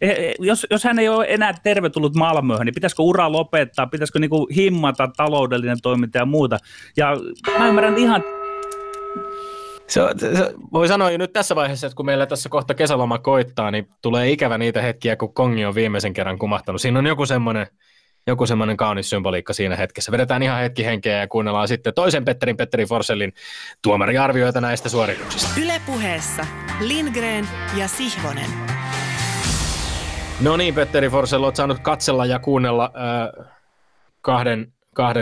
S3: Jos hän ei ole enää tervetullut Malmöön, niin pitäisikö ura lopettaa, pitäisikö niinku himmata taloudellinen toiminta ja muuta. Ja mä ymmärrän ihan...
S4: Se voi sanoa jo nyt tässä vaiheessa, että kun meillä tässä kohta kesäloma koittaa, niin tulee ikävä niitä hetkiä, kun kongi on viimeisen kerran kumahtanut. Siinä on joku semmoinen kaunis symboliikka siinä hetkessä. Vedetään ihan hetki henkeä ja kuunnellaan sitten toisen Petteri Forssellin tuomariarvioita näistä suorituksista.
S2: Yle Puheessa Lindgren ja Sihvonen.
S4: No niin, Petteri Forssell, olet saanut katsella ja kuunnella kahden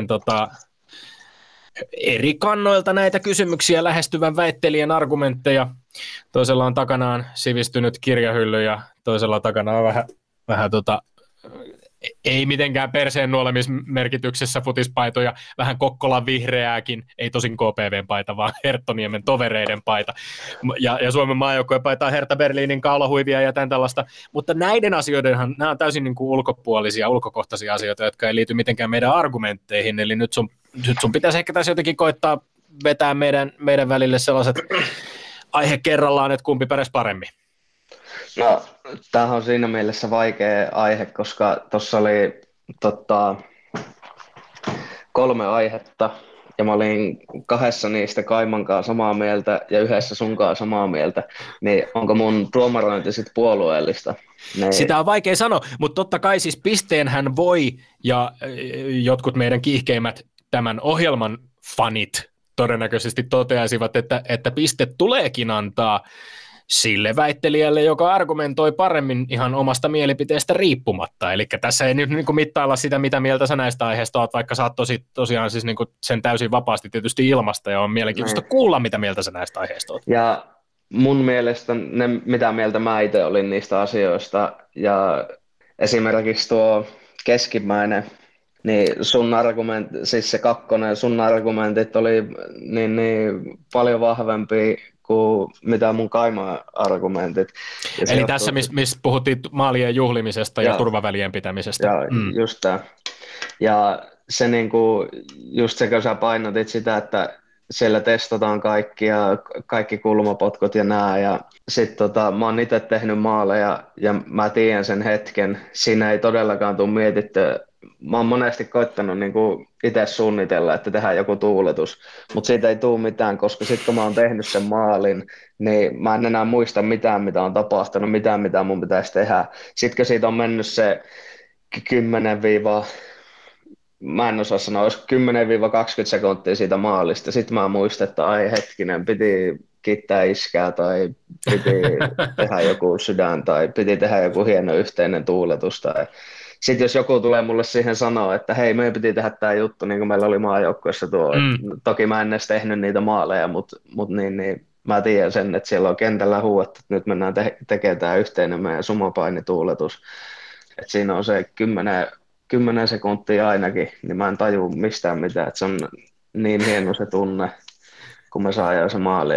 S4: eri kannoilta näitä kysymyksiä lähestyvän väittelijän argumentteja. Toisella on takanaan sivistynyt kirjahylly ja toisella takana on vähän ei mitenkään perseen nuolemismerkityksessä futispaitoja, vähän Kokkolan vihreääkin, ei tosin KPVn paita, vaan Herttoniemen tovereiden paita. Ja Suomen maajoukkueen paita on Hertha Berliinin kaulahuivia ja tämän tällaista. Mutta näiden asioidenhan, nämä on täysin niin kuin ulkopuolisia, ulkokohtaisia asioita, jotka ei liity mitenkään meidän argumentteihin. Eli nyt sun pitäisi ehkä tässä jotenkin koittaa vetää meidän välille sellaiset aihe kerrallaan, että kumpi pärjäs paremmin?
S5: No, tämähän on siinä mielessä vaikea aihe, koska tuossa oli 3 aihetta, ja mä olin 2 niistä Kaimankaan samaa mieltä ja 1 sunkaan samaa mieltä, niin onko mun tuomarointi sitten puolueellista? Niin.
S4: Sitä on vaikea sanoa, mutta totta kai siis pisteenhän voi, ja jotkut meidän kiihkeimmät tämän ohjelman fanit todennäköisesti toteaisivat, että piste tuleekin antaa sille väittelijälle, joka argumentoi paremmin ihan omasta mielipiteestä riippumatta. Eli tässä ei nyt niin kuin mittailla sitä, mitä mieltä sä näistä aiheista oot, vaikka sä oot tosiaan siis niin kuin sen täysin vapaasti tietysti ilmasta, ja on mielenkiintoista kuulla, mitä mieltä sä näistä aiheista oot.
S5: Ja mun mielestä ne, mitä mieltä mä itse olin niistä asioista, ja esimerkiksi tuo keskimmäinen, niin siis se 2, sun argumentit oli niin paljon vahvempi kuin mitä mun Kaimaan argumentit. Ja
S4: eli tässä, missä puhuttiin maalien juhlimisesta ja turvavälien pitämisestä.
S5: Joo, just tämä. Ja se niinku, just se, kun sä painotit sitä, että siellä testataan kaikki kulmapotkut ja nää, ja sit mä oon itse tehnyt maaleja, ja mä tiedän sen hetken, siinä ei todellakaan tule mietitty. Mä oon monesti koittanut niinku itse suunnitella, että tehdään joku tuuletus, mutta siitä ei tule mitään, koska sitten kun mä oon tehnyt sen maalin, niin mä en enää muista mitään, mitä on tapahtunut, mitään, mitä mun pitäisi tehdä. Sitten kun siitä on mennyt se mä en osaa sanoa, olisi 10-20 sekuntia siitä maalista, sitten mä muistan, että ai hetkinen, piti kiittää iskää tai piti tehdä joku sydän tai piti tehdä joku hieno yhteinen tuuletus tai sitten jos joku tulee mulle siihen sanoa, että hei, meidän piti tehdä tämä juttu, niin kuin meillä oli maajoukkueessa tuo. Toki mä en edes tehnyt niitä maaleja, mutta niin, mä tiedän sen, että siellä on kentällä huuettu, että nyt mennään tekemään tämä yhteinen meidän sumopainituuletus. Että siinä on se 10 sekuntia ainakin, niin mä en taju mistään mitään. Että se on niin hieno se tunne, kun me saadaan se maali.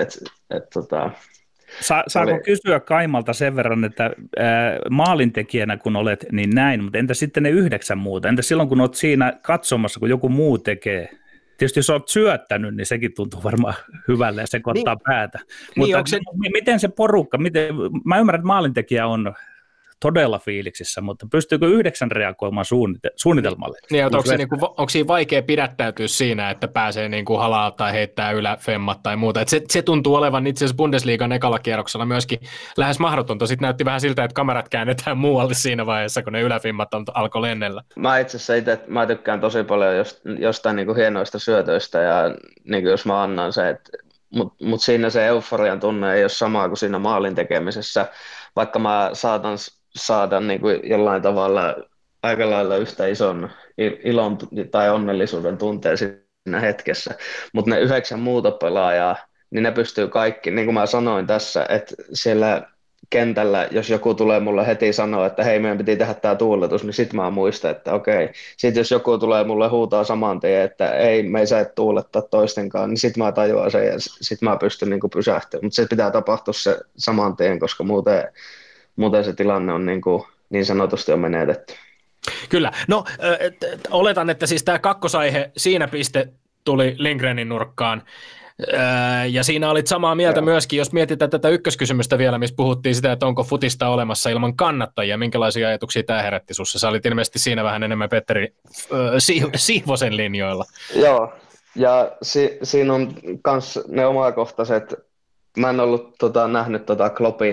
S3: Saako kysyä Kaimalta sen verran, että maalintekijänä kun olet, niin näin, mutta entä sitten ne 9 muuta? Entä silloin, kun olet siinä katsomassa, kun joku muu tekee? Tietysti jos olet syöttänyt, niin sekin tuntuu varmaan hyvälle ja sekoittaa päätä. Mutta miten se porukka, mä ymmärrän, että maalintekijä on todella fiiliksissä, mutta pystyykö 9 reagoimaan suunnitelmalle?
S4: Niin, onko siinä vaikea pidättäytyä siinä, että pääsee niinku halaa tai heittää yläfemmat tai muuta? Se tuntuu olevan itse asiassa Bundesliigan ekalla kierroksella myöskin lähes mahdotonta. Sitten näytti vähän siltä, että kamerat käännetään muualle siinä vaiheessa, kun ne yläfimmat alkoi lennellä.
S5: Mä itse asiassa itse tykkään tosi paljon jostain niinku hienoista syötöistä ja niinku jos mä annan se, mutta siinä se euforian tunne ei ole sama kuin siinä maalin tekemisessä, vaikka mä saada niin kuin jollain tavalla aika lailla yhtä ison ilon tai onnellisuuden tunteen siinä hetkessä. Mutta ne 9 muuta pelaajaa, niin ne pystyy kaikki, niin kuin mä sanoin tässä, että siellä kentällä, jos joku tulee mulle heti sanoa, että hei, meidän piti tehdä tämä tuuletus, niin sit mä muistan, että okei. Sitten jos joku tulee mulle huutaa saman tien, että ei, me ei saa tuulettaa toistenkaan, niin sit mä tajuan sen ja sit mä pystyn niin kuin pysähtymään. Mutta se pitää tapahtua se saman tien, koska muuten se tilanne on niin sanotusti on menetetty.
S4: Kyllä. No, oletan, että siis tämä kakkosaihe, siinä piste tuli Lindgrenin nurkkaan. Ja siinä olit samaa mieltä myöskin, jos mietitään tätä ykköskysymystä vielä, missä puhuttiin sitä, että onko futista olemassa ilman kannattajia. Minkälaisia ajatuksia tämä herätti sinussa? Sä olit ilmeisesti siinä vähän enemmän Petteri Sihvosen linjoilla.
S5: Joo, ja siinä on myös ne omakohtaiset. Mä en ollut nähnyt Kloppin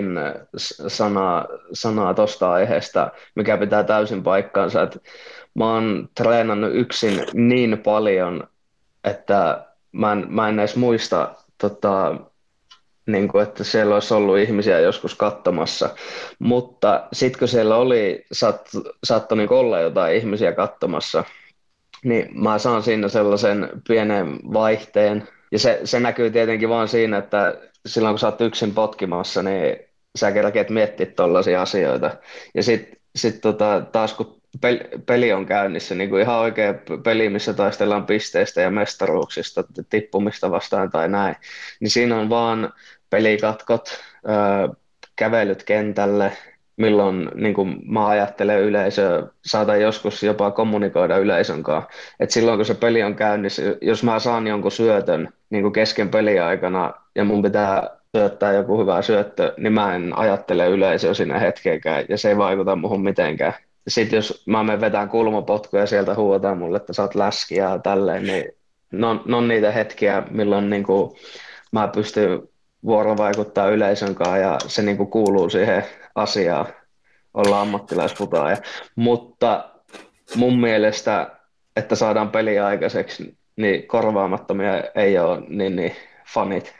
S5: sanaa tuosta aiheesta, mikä pitää täysin paikkaansa. Että mä oon treenannut yksin niin paljon, että mä en edes muista, niin kuin, että siellä olisi ollut ihmisiä joskus katsomassa. Mutta sitten kun siellä saattoi niin olla jotain ihmisiä katsomassa, niin mä saan siinä sellaisen pienen vaihteen. Ja se näkyy tietenkin vaan siinä, että silloin kun sä oot yksin potkimassa, niin sä kerkeet miettiä tollaisia asioita. Ja sit taas kun peli on käynnissä, niin kuin ihan oikea peli, missä taistellaan pisteistä ja mestaruuksista, tippumista vastaan tai näin, niin siinä on vaan pelikatkot, kävelyt kentälle, milloin niin kuin mä ajattelen yleisöä, saatan joskus jopa kommunikoida yleisön kanssa. Et silloin kun se peli on käynnissä, jos mä saan jonkun syötön niin kuin kesken peliaikana ja mun pitää syöttää joku hyvä syöttö, niin mä en ajattele yleisöä siinä hetkeäkään ja se ei vaikuta muhun mitenkään. Sitten jos mä menen vetään kulmapotkuja ja sieltä huutaan mulle, että sä oot läski ja tälleen, niin ne on niitä hetkiä, milloin niin kuin mä pystyn vuorovaikuttaa yleisön kanssa ja se niin kuin kuuluu siihen asiaan olla ammattilaisputoaja. Mutta mun mielestä, että saadaan peliä aikaiseksi, niin korvaamattomia ei ole niin fanit.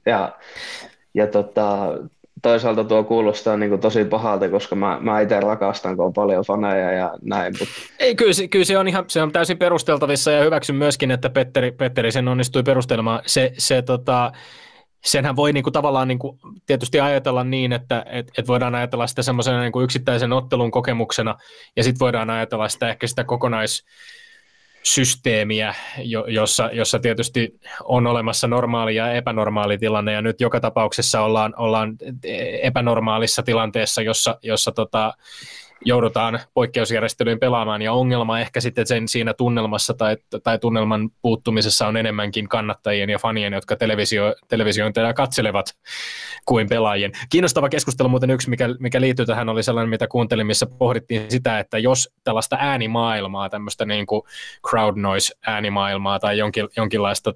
S5: Toisaalta tuo kuulostaa niin kuin tosi pahalta, koska mä itse rakastan, kun on paljon faneja ja näin.
S4: Ei, kyllä se on täysin perusteltavissa ja hyväksyn myöskin, että Petteri sen onnistui perustelemaan. Senhän voi niinku tavallaan niinku tietysti ajatella niin, että voidaan ajatella sitä semmoisena niinku yksittäisen ottelun kokemuksena ja sitten voidaan ajatella sitä ehkä sitä kokonaissysteemiä, jossa tietysti on olemassa normaali ja epänormaali tilanne ja nyt joka tapauksessa ollaan epänormaalissa tilanteessa, jossa joudutaan poikkeusjärjestelyyn pelaamaan, ja ongelma ehkä sitten sen siinä tunnelmassa tai tunnelman puuttumisessa on enemmänkin kannattajien ja fanien, jotka televisioon katselevat kuin pelaajien. Kiinnostava keskustelu muuten yksi, mikä liittyy tähän, oli sellainen, mitä kuuntelin, missä pohdittiin sitä, että jos tällaista äänimaailmaa, tämmöistä niin kuin crowd noise äänimaailmaa tai jonkinlaista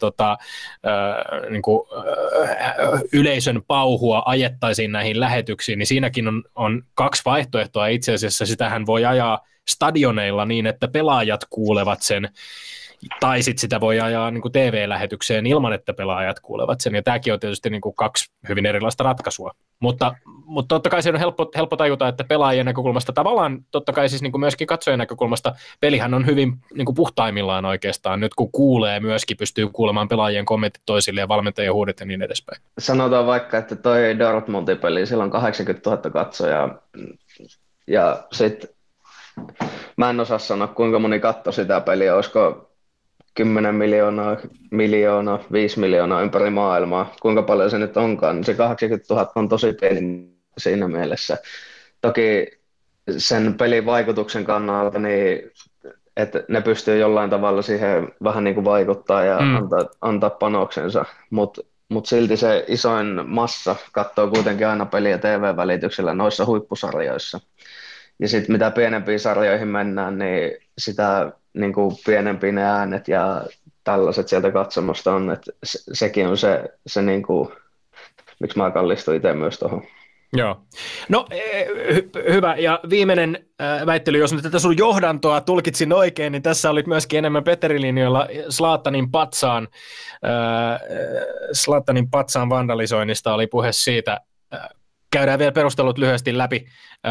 S4: yleisön pauhua ajettaisiin näihin lähetyksiin, niin siinäkin on kaksi vaihtoehtoa itse asiassa. Sitähän voi ajaa stadioneilla niin, että pelaajat kuulevat sen, tai sitten sitä voi ajaa niin kuin TV-lähetykseen ilman, että pelaajat kuulevat sen, ja tämäkin on tietysti niin kuin kaksi hyvin erilaista ratkaisua. Mutta totta kai se on helppo tajuta, että pelaajien näkökulmasta tavallaan, totta kai siis niin kuin myöskin katsojan näkökulmasta, pelihän on hyvin niin kuin puhtaimmillaan oikeastaan, nyt kun kuulee myöskin, pystyy kuulemaan pelaajien kommentit toisille ja valmentajien huudet ja niin edespäin.
S5: Sanotaan vaikka, että toi Dortmundin peli, sillä on 80 000 katsojaa, ja sitten mä en osaa sanoa, kuinka moni katsoi sitä peliä, olisiko 10 miljoonaa, 5 miljoonaa ympäri maailmaa, kuinka paljon se nyt onkaan, niin se 80 000 on tosi pieni siinä mielessä. Toki sen pelin vaikutuksen kannalta, niin että ne pystyy jollain tavalla siihen vähän niin kuin vaikuttaa ja antaa panoksensa, mutta silti se isoin massa katsoo kuitenkin aina peliä TV-välityksellä noissa huippusarjoissa. Ja sitten mitä pienempiin sarjoihin mennään, niin sitä niin kuin pienempiä ne äänet ja tällaiset sieltä katsomosta on, että sekin on se niin kuin, miksi mä kallistun itse myös tuohon.
S4: Joo. No hyvä. Ja viimeinen väittely, jos nyt tätä sun johdantoa tulkitsin oikein, niin tässä olit myöskin enemmän Petteri-linjoilla Zlatanin patsaan vandalisoinnista oli puhe siitä. Käydään vielä perustelut lyhyesti läpi.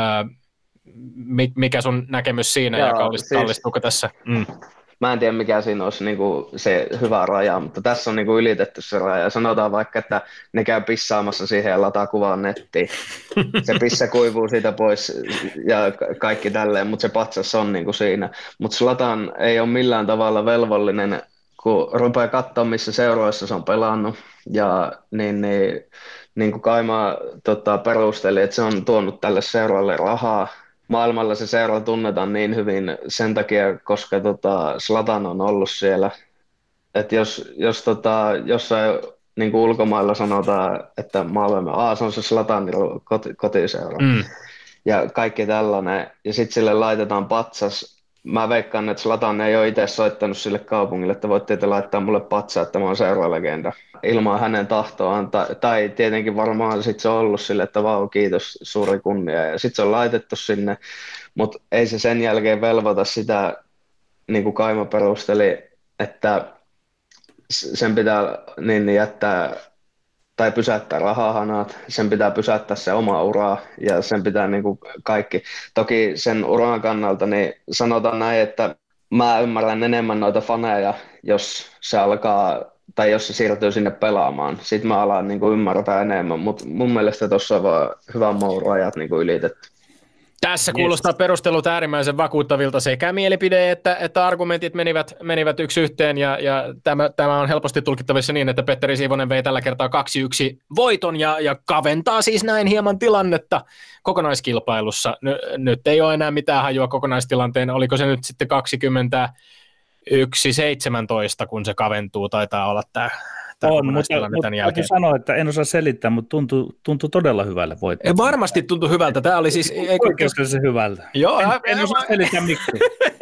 S4: Mikä sun näkemys siinä ja kallistuuko tässä?
S5: Mä en tiedä, mikä siinä olisi niinku se hyvä raja, mutta tässä on niinku ylitetty se raja. Sanotaan vaikka, että ne käy pissaamassa siihen ja lataa kuvaa nettiin. Se pissa kuivuu siitä pois ja kaikki tälleen, mutta se patsas on niinku siinä. Mutta Zlatan ei ole millään tavalla velvollinen, kun rupeaa katsoa, missä seuroissa se on pelannut. Ja niin kuin Kaima perusteli, että se on tuonut tälle seuralle rahaa. Maailmalla se seura tunnetaan niin hyvin sen takia, koska Zlatan on ollut siellä. Että jos jossain niin kuin ulkomailla sanotaan, että se on se Zlatanin kotiseura. Ja kaikki tällainen. Ja sitten sille laitetaan patsas. Mä veikkaan, että Zlatan ei ole itse soittanut sille kaupungille, että voitte te laittaa mulle patsaa, että mä oon seuralegenda. Ilman hänen tahtoaan. Tai tietenkin varmaan sit se on ollut sille, että vau, kiitos, suuri kunnia. Ja sitten se on laitettu sinne, mutta ei se sen jälkeen velvoita sitä, niin kuin Kaima perusteli, että sen pitää niin jättää tai pysäyttää rahahanat, sen pitää pysäyttää se oma ura ja sen pitää niin kuin kaikki. Toki sen uran kannalta niin sanotaan näin, että mä ymmärrän enemmän noita faneja, jos se alkaa tai jos se siirtyy sinne pelaamaan. Sitten mä alan niin kuin ymmärtää enemmän, mutta mun mielestä tuossa on vaan hyvän maun rajat niin kuin ylitetty.
S4: Tässä kuulostaa perustelut äärimmäisen vakuuttavilta sekä mielipide että argumentit menivät yksi yhteen ja tämä on helposti tulkittavissa niin, että Petteri Siivonen vei tällä kertaa 2-1 voiton ja kaventaa siis näin hieman tilannetta kokonaiskilpailussa. Nyt ei ole enää mitään hajua kokonaistilanteen, oliko se nyt sitten 21-17, kun se kaventuu, taitaa olla tämä
S3: On,
S4: kokonaistilanne
S3: mutta
S4: tämän
S3: täytyy
S4: jälkeen.
S3: sanoa, että en osaa selittää, mutta tuntui todella hyvälle voittaa.
S4: Varmasti tuntui hyvältä. Tämä oli siis...
S3: Oikeasti hyvältä.
S4: Joo,
S3: En osaa selittää miksi.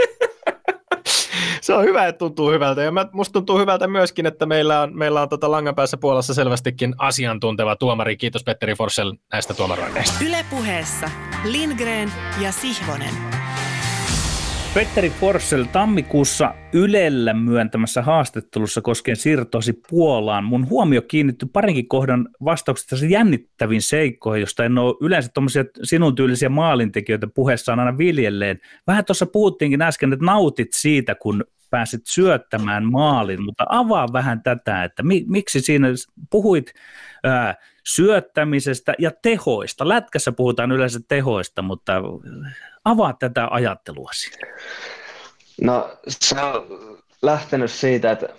S4: Se on hyvä, että tuntuu hyvältä. Ja musta tuntuu hyvältä myöskin, että meillä on langan päässä Puolassa selvästikin asiantunteva tuomari. Kiitos Petteri Forssell näistä tuomaroinneista.
S2: Yle Puheessa Lindgren ja Sihvonen.
S3: Petteri Forssell tammikuussa Ylellä myöntämässä haastattelussa koskien siirtoasi Puolaan. Mun huomio kiinnittyi parinkin kohdan vastauksesta jännittäviin seikkoihin, josta en ole yleensä tuommoisia sinun tyylisiä maalintekijöitä puheessaan aina viljelleen. Vähän tuossa puhuttiinkin äsken, että nautit siitä, kun pääsit syöttämään maalin, mutta avaa vähän tätä, että miksi siinä puhuit syöttämisestä ja tehoista. Lätkässä puhutaan yleensä tehoista, mutta avaa tätä ajatteluasi.
S5: No se on lähtenyt siitä, että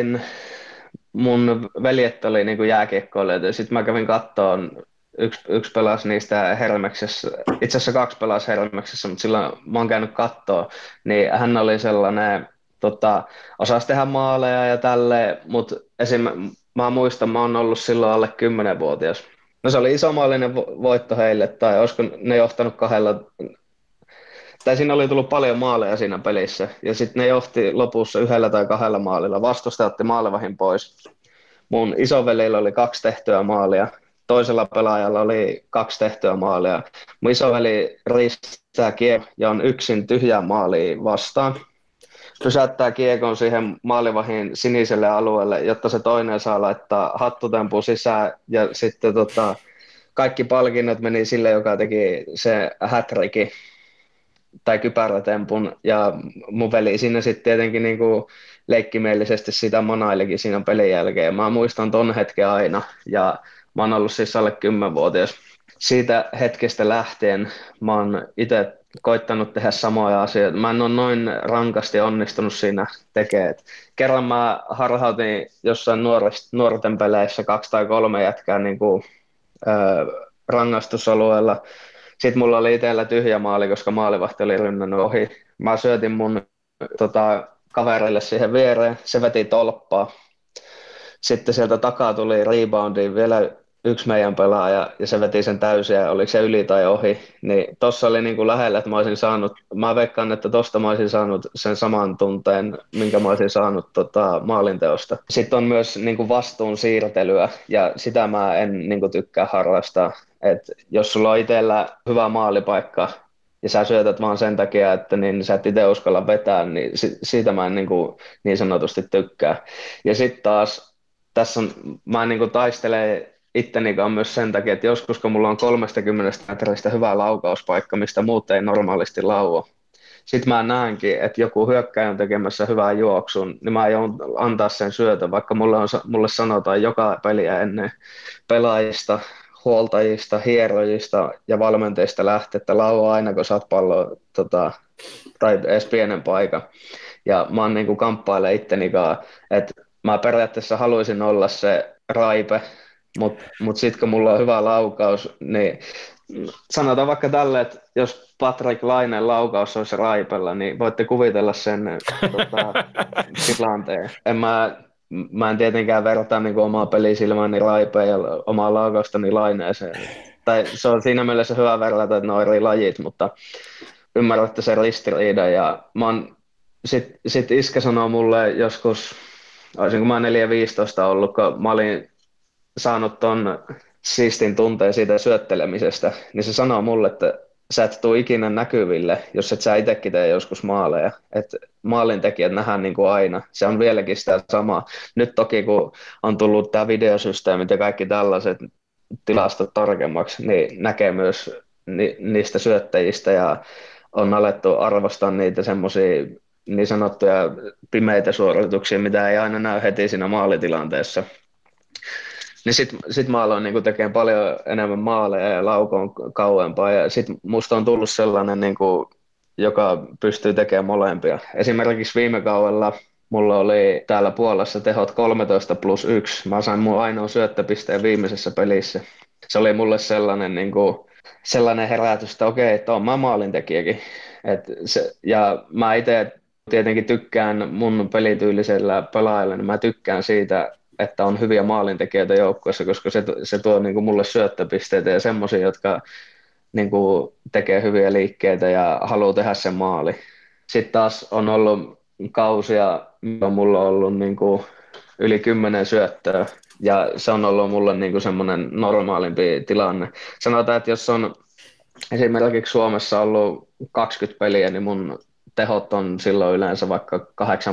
S5: mun veljet oli niin jääkiekkoilijoita ja sitten mä kävin kattoon, yksi pelasi niistä Hermeksessä, itse asiassa 2 pelasi Hermeksessä, mutta silloin mä oon käynyt kattoon, niin hän oli sellainen, osasi tehdä maaleja ja tälleen, mutta mä muistan, mä oon ollut silloin alle 10-vuotias. No se oli isomaalinen voitto heille, tai olisiko ne johtanut 2, tai siinä oli tullut paljon maaleja siinä pelissä, ja sitten ne johti lopussa 1 tai 2 maalilla. Vastustaja otti maalivahin pois. Mun isovelillä oli 2 tehtyä maalia, toisella pelaajalla oli 2 tehtyä maalia. Mun isoveli ristää kiekon ja on yksin tyhjää maalia vastaan. Pysäyttää kiekon siihen maalivahin siniselle alueelle, jotta se toinen saa laittaa hattutempu sisään, ja sitten kaikki palkinnot meni sille, joka teki se hat-trickin tai kypärätempun, ja mun veli siinä sitten tietenkin niinku leikkimielisesti sitä manailikin siinä pelin jälkeen. Mä muistan ton hetken aina, ja mä oon ollut siis alle 10-vuotias. Siitä hetkestä lähtien mä oon itse koittanut tehdä samoja asioita. Mä en ole noin rankasti onnistunut siinä tekemään. Kerran mä harhautin jossain nuorten peleissä 2 tai 3 jätkää niinku, rangaistusalueella. Sitten mulla oli itsellä tyhjä maali, koska maalivahti oli rynnännyt ohi. Mä syötin mun kavereille siihen viereen, se veti tolppaa. Sitten sieltä takaa tuli reboundiin vielä yksi meidän pelaaja, ja se veti sen täysin, ja oliko se yli tai ohi. Niin tossa oli niin kuin lähellä, että mä veikkaan, että tosta mä olisin saanut sen saman tunteen, minkä mä olisin saanut maalinteosta. Sitten on myös niin kuin vastuun siirtelyä, ja sitä mä en niin kuin tykkää harrastaa. Et jos sulla on itsellä hyvä maalipaikka, ja sä syötät vaan sen takia, että niin sä et itse uskalla vetää, niin siitä mä en niin sanotusti tykkää. Ja sitten taas mä niin taistelen itteni kanssa myös sen takia, että joskus kun mulla on 30 metristä hyvä laukauspaikka, mistä muut ei normaalisti laua, sitten mä näenkin, että joku hyökkäjä on tekemässä hyvää juoksun, niin mä joudun antaa sen syötön, vaikka mulle sanotaan joka peliä ennen pelaajista, huoltajista, hierojista ja valmentajista lähtee, että laua aina kun saat palloa tai edes pienen paikan. Ja mä oon niin kamppailen itteni kanssa, että mä periaatteessa haluaisin olla se raipe, mutta sitten kun mulla on hyvä laukaus, niin sanotaan vaikka tälle, että jos Patrick Laineen laukaus olisi raipella, niin voitte kuvitella sen tilanteen. Mä en tietenkään vertaa niin omaa pelisilmääni raipeen ja omaa laukaustani Laineeseen. Tai se on siinä mielessä hyvä verrata, että ne on eri lajit, mutta ymmärrätte sen ristiriidan. Ja sit iskä sanoo mulle joskus, olisinko mä 4-15 ollut, kun mä olin saanut ton siistin tunteen siitä syöttelemisestä, niin se sanoo mulle, että sä et tule ikinä näkyville, jos et sä itsekin tee joskus maaleja. Että maalintekijät nähdään niin kuin aina. Se on vieläkin sitä samaa. Nyt toki, kun on tullut tämä videosysteemit ja kaikki tällaiset tilastot tarkemmaksi, niin näkee myös niistä syöttäjistä ja on alettu arvostaa niitä semmoisia niin sanottuja pimeitä suorituksia, mitä ei aina näy heti siinä maalitilanteessa. Niin sit mä aloin niinku tekemään paljon enemmän maaleja ja laukoon kauempaa, ja sit musta on tullut sellainen, niinku, joka pystyy tekemään molempia. Esimerkiksi viime kaudella mulla oli täällä Puolassa tehot 13+1. Mä sain mun ainoa syöttöpisteen viimeisessä pelissä. Se oli mulle sellainen herätys, että okei, että oon mä maalintekijäkin. Ja mä itse tietenkin tykkään mun pelityylisellä pelaajalla, niin mä tykkään siitä, että on hyviä maalintekijöitä joukkueessa, koska se tuo niin kuin mulle syöttöpisteitä ja semmoisia, jotka niin kuin tekee hyviä liikkeitä ja haluaa tehdä sen maali. Sitten taas on ollut kausia, milloin mulla on ollut niin kuin yli 10 syöttöä, ja se on ollut mulle niin kuin semmoinen normaalimpi tilanne. Sanotaan, että jos on esimerkiksi Suomessa ollut 20 peliä, niin mun tehot on silloin yleensä vaikka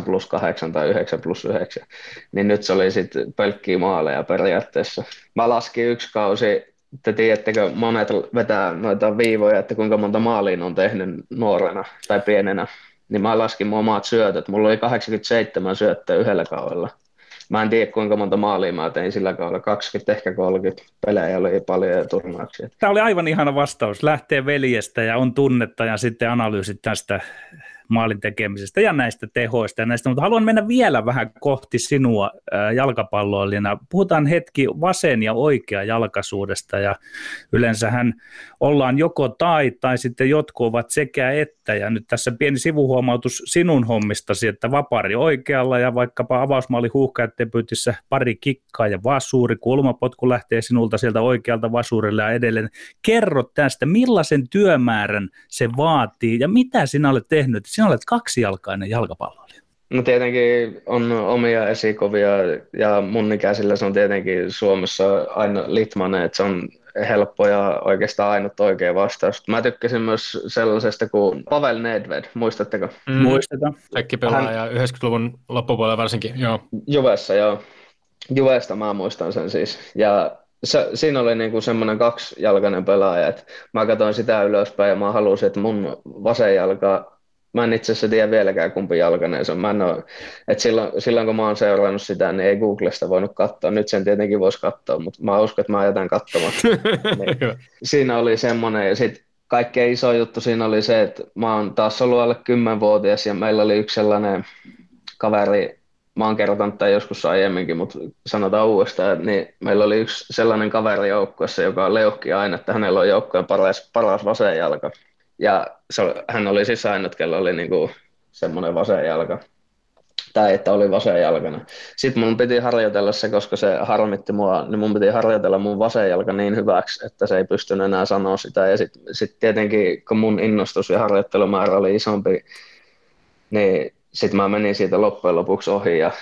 S5: 8+8 tai 9+9, niin nyt se oli sitten pelkkiä maaleja periaatteessa. Mä laskin yksi kausi, te tiedättekö, monet vetää noita viivoja, että kuinka monta maalia on tehnyt nuorena tai pienenä, niin mä laskin mun omat syötöt. Mulla oli 87 syöttöä yhdellä kaudella. Mä en tiedä, kuinka monta maalia mä tein sillä kaudella, 20, ehkä 30 pelejä oli paljon ja turnauksia.
S3: Tämä oli aivan ihana vastaus. Lähtee veljestä ja on tunnetta ja sitten analyysit tästä maalin tekemisestä ja näistä tehoista ja näistä, mutta haluan mennä vielä vähän kohti sinua jalkapalloilijana. Puhutaan hetki vasen ja oikea jalkaisuudesta ja yleensähän ollaan joko tai sitten jotkut ovat sekä että ja nyt tässä pieni sivuhuomautus sinun hommistasi, että vapari oikealla ja vaikkapa avausmaali huuhkajat-debyytissä pari kikkaa ja vasuuri, kulmapotku lähtee sinulta sieltä oikealta vasurille ja edelleen. Kerro tästä, millaisen työmäärän se vaatii ja mitä sinä olet tehnyt? Sinä olet kaksijalkainen jalkapalloilija.
S5: No tietenkin on omia esikovia ja mun ikäisillä se on tietenkin Suomessa aina Litmanen, että se on helppo ja oikeastaan ainut oikea vastaus. Mä tykkäsin myös sellaisesta kuin Pavel Nedved, muistatteko?
S3: Muistetaan.
S4: Pekkipelaaja 90-luvun loppupuolella varsinkin, joo.
S5: Juvessa, joo. Juvesta mä muistan sen siis. Ja siinä oli niinku semmoinen kaksijalkainen pelaaja, että mä katsoin sitä ylöspäin ja mä halusin, että mun vasen jalka, mä en itse asiassa tiedä vieläkään kumpi jalkainen se on. Että silloin kun mä oon seurannut sitä, niin ei Googlesta voinut katsoa. Nyt sen tietenkin voisi katsoa, mutta mä uskon, että mä jätän katsomatta. Niin. Siinä oli semmoinen ja sitten kaikkein iso juttu siinä oli se, että mä oon taas ollut alle 10-vuotias ja meillä oli yksi sellainen kaveri, mä oon kertonut tämän joskus aiemminkin, mutta sanotaan uudestaan, niin meillä oli yksi sellainen kaveri joukkueessa, joka leuhki aina, että hänellä on joukkueen paras vasen jalka. Ja hän oli siis ainut, kello oli niinku semmoinen vasen jalka, tai että oli vasen jalkana. Sitten mun piti harjoitella se, koska se harmitti mua, niin mun piti harjoitella mun vasen jalka niin hyväksi, että se ei pystynyt enää sanoa sitä. Ja sitten tietenkin, kun mun innostus ja harjoittelumäärä oli isompi, niin sitten mä menin siitä loppujen lopuksi ohi. Ja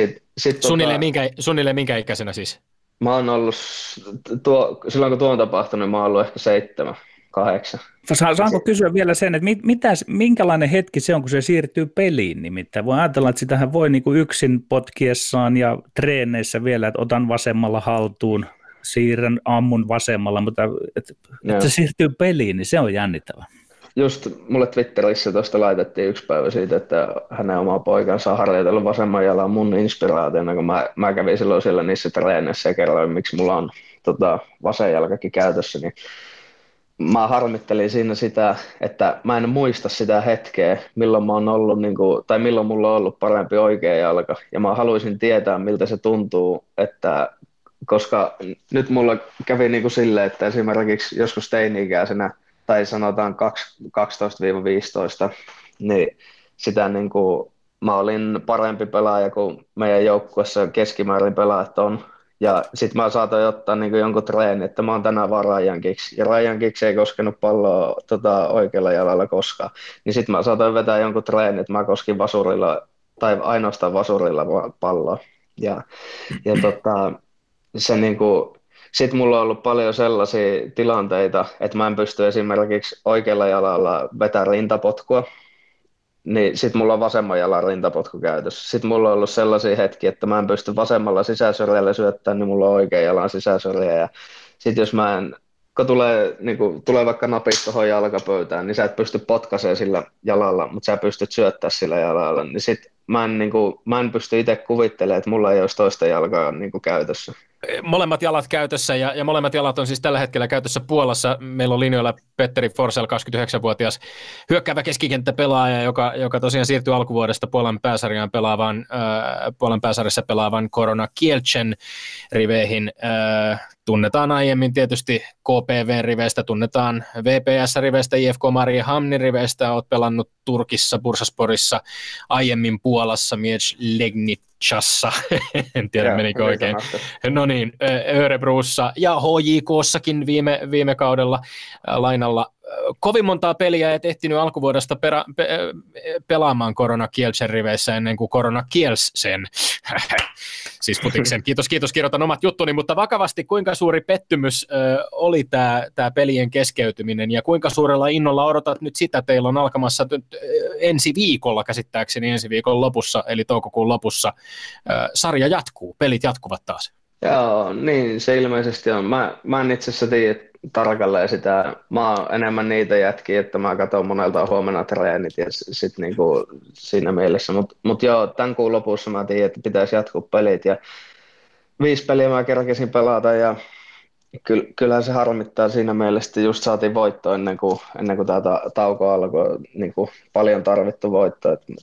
S4: Suunnilleen minkä ikäisenä siis?
S5: Mä oon ollut, silloin kun tuo on tapahtunut, mä oon ollut ehkä 7, 8.
S3: Saanko kysyä vielä sen, että minkälainen hetki se on, kun se siirtyy peliin nimittäin? Voi ajatella, että sitähän voi niin kuin yksin potkiessaan ja treeneissä vielä, että otan vasemmalla haltuun, siirrän, ammun vasemmalla, mutta että se siirtyy peliin, niin se on jännittävää.
S5: Just mulle Twitterissä tuosta laitettiin yksi päivä siitä, että hänen oma poikansa on harjoitellut vasemman jalan mun inspiraationa, kun mä kävin silloin siellä niissä treeneissä ja kerroin, miksi mulla on vasen jalkakin käytössä, niin mä harmittelin siinä sitä, että mä en muista sitä hetkeä, milloin mä oon ollut, tai milloin mulla on ollut parempi oikea jalka, ja mä haluaisin tietää, miltä se tuntuu, koska nyt mulla kävi silleen, että esimerkiksi joskus teini-ikäisenä, tai sanotaan 12-15, niin sitä mä olin parempi pelaaja kuin meidän joukkueessa keskimäärin pelaajat on. Ja sitten mä saatoin ottaa jonkun treeni, että mä oon tänään vaan Ryan Giggs. Ja Ryan Giggs ei koskenut palloa oikealla jalalla koskaan. Niin sitten mä saatoin vetää jonkun treeni, että mä koskin vasurilla, tai ainoastaan vasurilla palloa. Ja se sitten mulla on ollut paljon sellaisia tilanteita, että mä en pysty esimerkiksi oikealla jalalla vetämään rintapotkua, niin sitten mulla on vasemman jalan rintapotku käytössä. Sitten mulla on ollut sellaisia hetkiä, että mä en pysty vasemmalla sisäsyrjällä syöttämään, niin mulla on oikean jalan sisäsyrjä. Ja sitten jos kun tulee vaikka napit tuohon jalkapöytään, niin sä et pysty potkaisemaan sillä jalalla, mutta sä pystyt syöttämään sillä jalalla. Niin sitten mä en pysty itse kuvittelemaan, että mulla ei olisi toista jalkaa käytössä.
S4: Molemmat jalat käytössä ja molemmat jalat on siis tällä hetkellä käytössä Puolassa. Meillä on linjoilla Petteri Forsell, 29-vuotias hyökkäävä keskikenttäpelaaja, joka tosiaan siirtyi alkuvuodesta Puolan pääsarjassa pelaavan Korona Kielcen riveihin. Tunnetaan aiemmin tietysti KPV-riveistä, tunnetaan VPS-riveistä, IFK Mariehamnin riveistä, olet pelannut Turkissa, Bursasporissa, aiemmin Puolassa. Puolassa Miecz Legnicassa, en tiedä menikö oikein. No niin, Örebrussa ja HJKssakin viime kaudella lainalla. Kovin montaa peliä et ehtinyt alkuvuodesta pelaamaan Korona Kielcen riveissä ennen kuin Korona kielsi sen. Siis futiksen. Kiitos, kirjoitan omat juttuni, mutta vakavasti kuinka suuri pettymys oli tämä pelien keskeytyminen ja kuinka suurella innolla odotat nyt sitä, teillä on alkamassa ensi viikolla käsittääkseni ensi viikon lopussa, eli toukokuun lopussa. Sarja jatkuu, pelit jatkuvat taas.
S5: Joo, niin se ilmeisesti on. Mä en itse asiassa tiedä tarkalleen sitä. Mä oon enemmän niitä jätkiä, että mä katson monelta huomenna treenit ja sitten niinku siinä mielessä. Mut joo, tämän kuun lopussa mä tiedän, että pitäisi jatkuu pelit ja 5 peliä mä kerkesin pelata ja kyllähän se harmittaa siinä mielessä, että just saatiin voitto ennen kuin tämä tauko alkoi, niin kuin paljon tarvittu voitto, että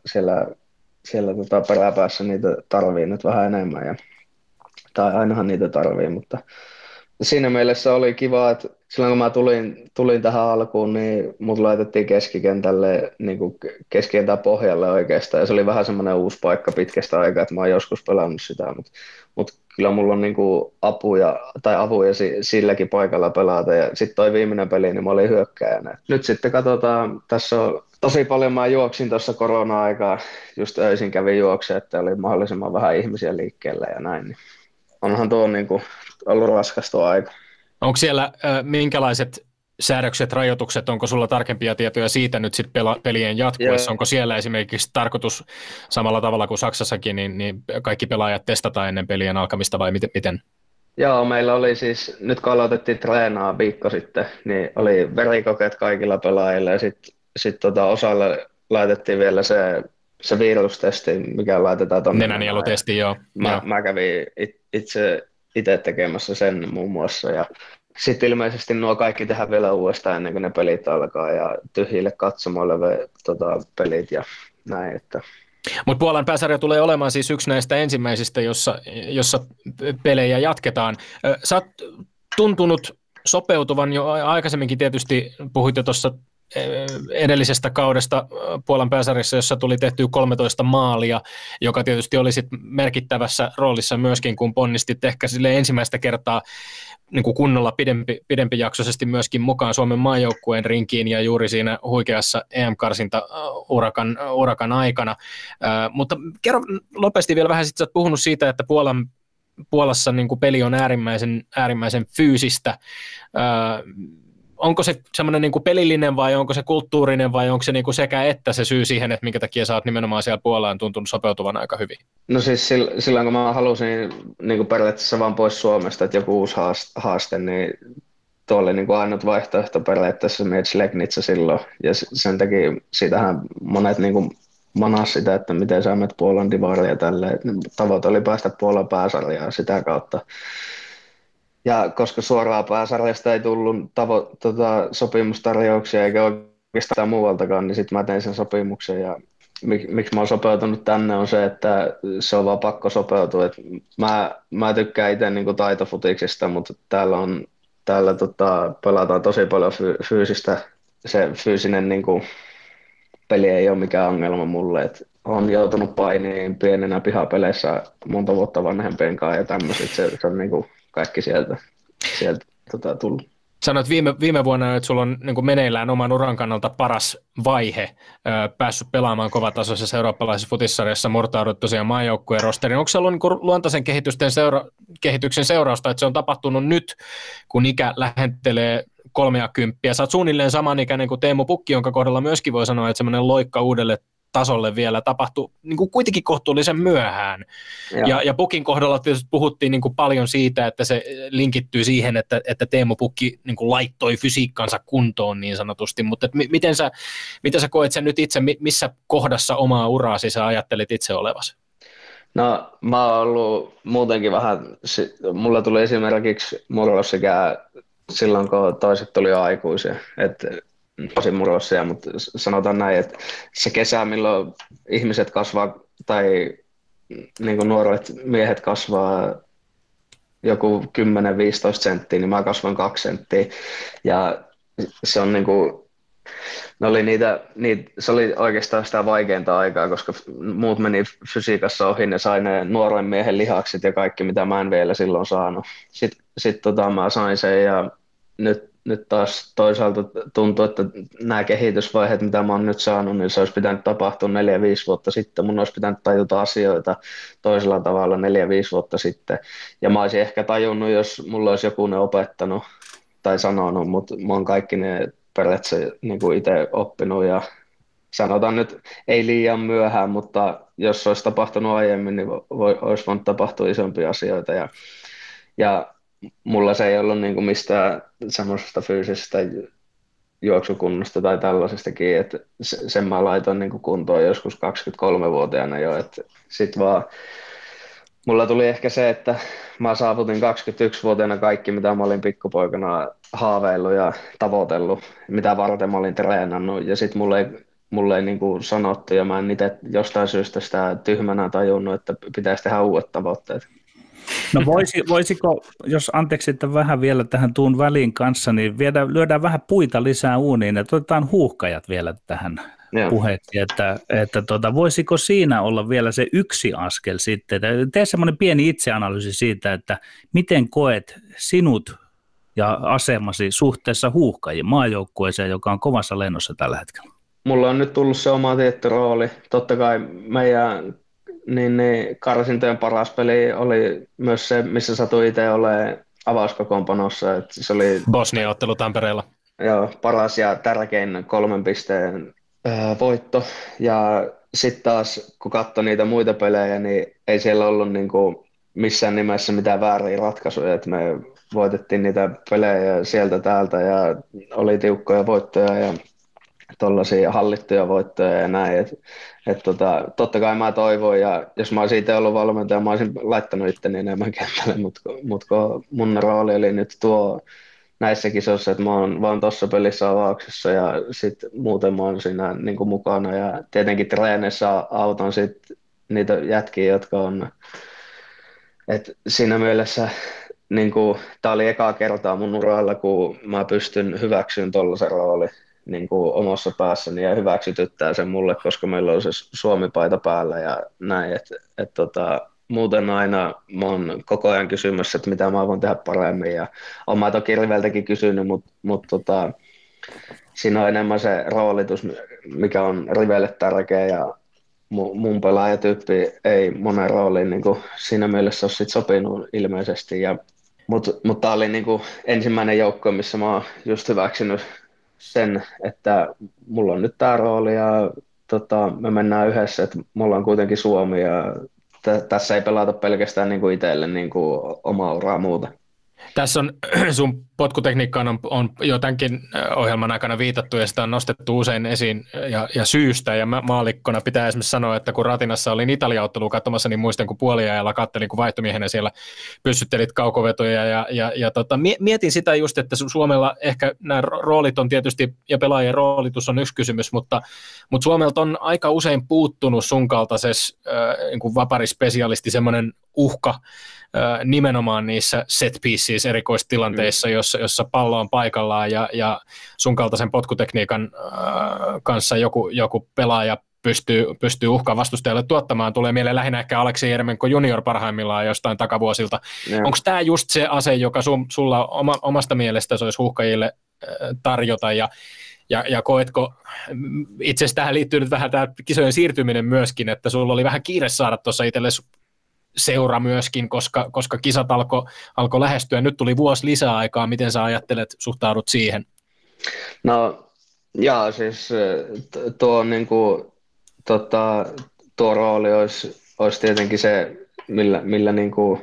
S5: siellä peräpäässä niitä tarvii nyt vähän enemmän tai ainahan niitä tarvii, mutta siinä mielessä oli kiva, että silloin kun mä tulin tähän alkuun, niin mut laitettiin keskikentälle, niin kuin keskikentän pohjalle oikeastaan, ja se oli vähän semmoinen uusi paikka pitkästä aikaa, että mä oon joskus pelannut sitä, mutta kyllä mulla on niin kuin apuja silläkin paikalla pelata, ja sitten toi viimeinen peli, niin mä olin hyökkääjänä. Nyt sitten katsotaan, tässä on tosi paljon mä juoksin tuossa korona-aikaa, just öisin kävin juoksemaan, että oli mahdollisimman vähän ihmisiä liikkeellä ja näin, niin onhan tuo niin kuin ollut raskas tuo aika.
S4: Onko siellä minkälaiset säädökset, rajoitukset, onko sulla tarkempia tietoja siitä nyt sitten pelien jatkuessa? Onko siellä esimerkiksi tarkoitus samalla tavalla kuin Saksassakin, niin kaikki pelaajat testataan ennen pelien alkamista vai miten?
S5: Joo, meillä oli siis, nyt kun aloitettiin treenaa viikko sitten, niin oli verikokeet kaikilla pelaajilla ja sitten osalle laitettiin vielä se virustesti, mikä laitetaan tuonne.
S4: Nenänielutesti, joo.
S5: Mä kävin itse tekemässä sen muun muassa ja sitten ilmeisesti nuo kaikki tehdään vielä uudestaan ennen kuin ne pelit alkaa ja tyhjille katsomoille pelit ja näin.
S4: Mutta Puolan pääsarja tulee olemaan siis yksi näistä ensimmäisistä, jossa pelejä jatketaan. Sä oot tuntunut sopeutuvan jo aikaisemminkin, tietysti puhuit jo tuossa edellisestä kaudesta Puolan pääsarjassa, jossa tuli tehtyä 13 maalia, joka tietysti oli sit merkittävässä roolissa myöskin, kun ponnistit ehkä sille ensimmäistä kertaa niin kuin kunnolla pidempijaksoisesti myöskin mukaan Suomen maajoukkueen rinkiin ja juuri siinä huikeassa EM-karsinta-urakan aikana. Mutta kerro nopeasti vielä vähän, sä oot puhunut siitä, että Puolassa niin kuin peli on äärimmäisen fyysistä. Onko se semmoinen niin kuin pelillinen vai onko se kulttuurinen vai onko se niin kuin sekä että se syy siihen, että minkä takia sä oot nimenomaan siellä Puolaan tuntunut sopeutuvan aika hyvin?
S5: No siis silloin kun mä halusin niin kuin periaatteessa vaan pois Suomesta, että joku uusi haaste, niin tuo oli niin kuin ainut vaihtoehto periaatteessa Miecz Legnica silloin. Ja sen takia siitähän monet niin kuin manas sitä, että miten sä menet Puolan divariin ja tälleen. Tavoite oli päästä Puolan pääsarjaan sitä kautta. Ja koska suoraan pääsarjasta ei tullut sopimustarjouksia eikä oikeastaan muualtakaan, niin sitten mä tein sen sopimuksen. Ja miksi mä oon sopeutunut tänne on se, että se on vaan pakko sopeutua. Et mä tykkään itse niinku taitofutiksista, mutta täällä pelataan tosi paljon fyysistä. Se fyysinen niinku peli ei ole mikään ongelma mulle. Et olen joutunut painiin pienenä pihapeleissä monta vuotta vanhempien kanssa ja tämmöiset. Se on niinku kaikki sieltä tullut.
S4: Sanoit viime vuonna, että sulla on niin kuin meneillään oman uran kannalta paras vaihe, päässyt pelaamaan kovatasoisessa eurooppalaisessa futissarjassa, murtaudut tosiaan maajoukkueen rosteriin. Onko se ollut niin kuin luontaisen kehityksen seurausta, että se on tapahtunut nyt, kun ikä lähentelee 30? Sä oot suunnilleen samanikäinen kuin Teemu Pukki, jonka kohdalla myöskin voi sanoa, että semmoinen loikka uudelle tasolle vielä tapahtui niin kuin kuitenkin kohtuullisen myöhään. Ja Pukin kohdalla tietysti puhuttiin niin kuin paljon siitä, että se linkittyy siihen, että Teemu Pukki niin kuin laittoi fysiikkansa kuntoon niin sanotusti, mutta miten sä koet sen nyt itse, missä kohdassa omaa uraasi sä ajattelit itse olevasi?
S5: No mä oon ollut muutenkin vähän, mulla tuli esimerkiksi murrosikää silloin, kun toiset tuli jo aikuisia, että tosi murrosia, mutta sanotaan näin, että se kesä, milloin ihmiset kasvaa tai niin kuin nuoret miehet kasvaa joku 10-15 senttiä, niin mä kasvan 2 senttiä ja se on niin kuin Ne oli se oli oikeastaan sitä vaikeinta aikaa, koska muut meni fysiikassa ohi, ne sai ne nuoren miehen lihakset ja kaikki, mitä mä en vielä silloin saanut. Sitten mä sain sen ja nyt taas toisaalta tuntuu, että nämä kehitysvaiheet, mitä mä oon nyt saanut, niin se olisi pitänyt tapahtua 4-5 vuotta sitten. Mun olisi pitänyt tajuta asioita toisella tavalla 4-5 vuotta sitten. Ja mä olisin ehkä tajunnut, jos mulla olisi joku ne opettanut tai sanonut, mutta mä oon kaikki ne periaatteessa niin kuin itse oppinut ja sanotaan nyt ei liian myöhään, mutta jos se olisi tapahtunut aiemmin, niin olisi voinut tapahtua isompia asioita ja mulla se ei ollut niin kuin mistään semmoisesta fyysisestä juoksukunnosta tai tällaisestakin, että sen mä laitoin niin kuin kuntoon joskus 23-vuotiaana jo, että sit vaan mulla tuli ehkä se, että mä saavutin 21-vuotiaana kaikki, mitä mä olin pikkupoikana haaveillut ja tavoitellut, mitä varten mä olin treenannut. Ja sitten mulle ei niin kuin sanottu, ja mä en itse jostain syystä sitä tyhmänä tajunnut, että pitäisi tehdä uudet tavoitteet.
S3: No voisiko, jos anteeksi, että vähän vielä tähän tuun väliin kanssa, niin lyödään vähän puita lisää uuniin, että otetaan huuhkajat vielä tähän puheeksi, että voisiko siinä olla vielä se yksi askel sitten, tee semmoinen pieni itseanalyysi siitä, että miten koet sinut ja asemasi suhteessa huuhkajiin maajoukkueeseen, joka on kovassa lennossa tällä hetkellä?
S5: Mulla on nyt tullut se oma tietty rooli. Totta kai meidän karsintojen paras peli oli myös se, missä satui itse olemaan avauskokoonpanossa. Se oli
S4: Bosnia-ottelu Tampereella.
S5: Joo, paras ja tärkein 3 pisteen voitto. Ja sitten taas, kun katsoi niitä muita pelejä, niin ei siellä ollut niinku missään nimessä mitään vääriä ratkaisuja. Et me voitettiin niitä pelejä sieltä täältä ja oli tiukkoja voittoja ja tuollaisia hallittuja voittoja ja näin. Totta kai mä toivoin, ja jos mä olisin itse ollut valmentaja, mä olisin laittanut itteni enemmän kentälle, mutta mun rooli oli nyt tuo näissä kisoissa, että mä oon vaan tuossa pelissä avauksessa ja sitten muuten mä oon siinä niin kuin mukana ja tietenkin treeneissä autan sitten niitä jätkiä, jotka on, että siinä mielessä niin tämä oli ekaa kertaa mun uralla, kun mä pystyn hyväksymään tuollaisen roolin niin kuin omassa päässäni ja hyväksytyttää sen mulle, koska meillä on se Suomi-paita päällä ja näin, muuten aina mä oon koko ajan kysymässä, että mitä mä voin tehdä paremmin ja oon mä toki Riveltäkin kysynyt, mutta siinä on enemmän se roolitus, mikä on Rivelle tärkeä ja mun pelaajatyyppi ei monen rooliin niin kuin siinä mielessä ole sit sopinut ilmeisesti. Mutta tämä oli niin kuin ensimmäinen joukko, missä mä oon just hyväksynyt sen, että mulla on nyt tämä rooli ja me mennään yhdessä, että me ollaan kuitenkin Suomi ja tässä ei pelata pelkästään niin kuin itselle niin kuin omaa uraa muuta.
S4: Tässä on sun potkutekniikkaan on jo tämänkin ohjelman aikana viitattu ja sitä on nostettu usein esiin ja syystä. Ja maallikkona pitää esimerkiksi sanoa, että kun Ratinassa olin Italia-ottelua katsomassa, niin muistan kun puoliajalla kattelin, kun vaihtomiehenä siellä pyssyttelit kaukovetoja. Mietin sitä just, että Suomella ehkä nämä roolit on tietysti, ja pelaajien roolitus on yksi kysymys, mutta Suomelta on aika usein puuttunut sun kaltaisessa niin vaparispesialisti semmoinen uhka, nimenomaan niissä set pieces erikoistilanteissa, jossa pallo on paikallaan ja sun kaltaisen potkutekniikan kanssa joku pelaaja pystyy uhkaa vastustajalle tuottamaan. Tulee mieleen lähinnä ehkä Aleksi Jermenko junior parhaimmillaan jostain takavuosilta. Onko tämä just se ase, joka sulla omasta mielestäsi olisi huuhkajille tarjota ja koetko, itse asiassa tähän liittyy nyt vähän tämä kisojen siirtyminen myöskin, että sulla oli vähän kiire saada tuossa itsellesi seura myöskin, koska kisat alkoi lähestyä. Nyt tuli vuosi lisää aikaa. Miten sä ajattelet, suhtaudut siihen?
S5: No, jaa, siis tuo, niin kuin, tuo rooli olisi tietenkin se, millä niin kuin,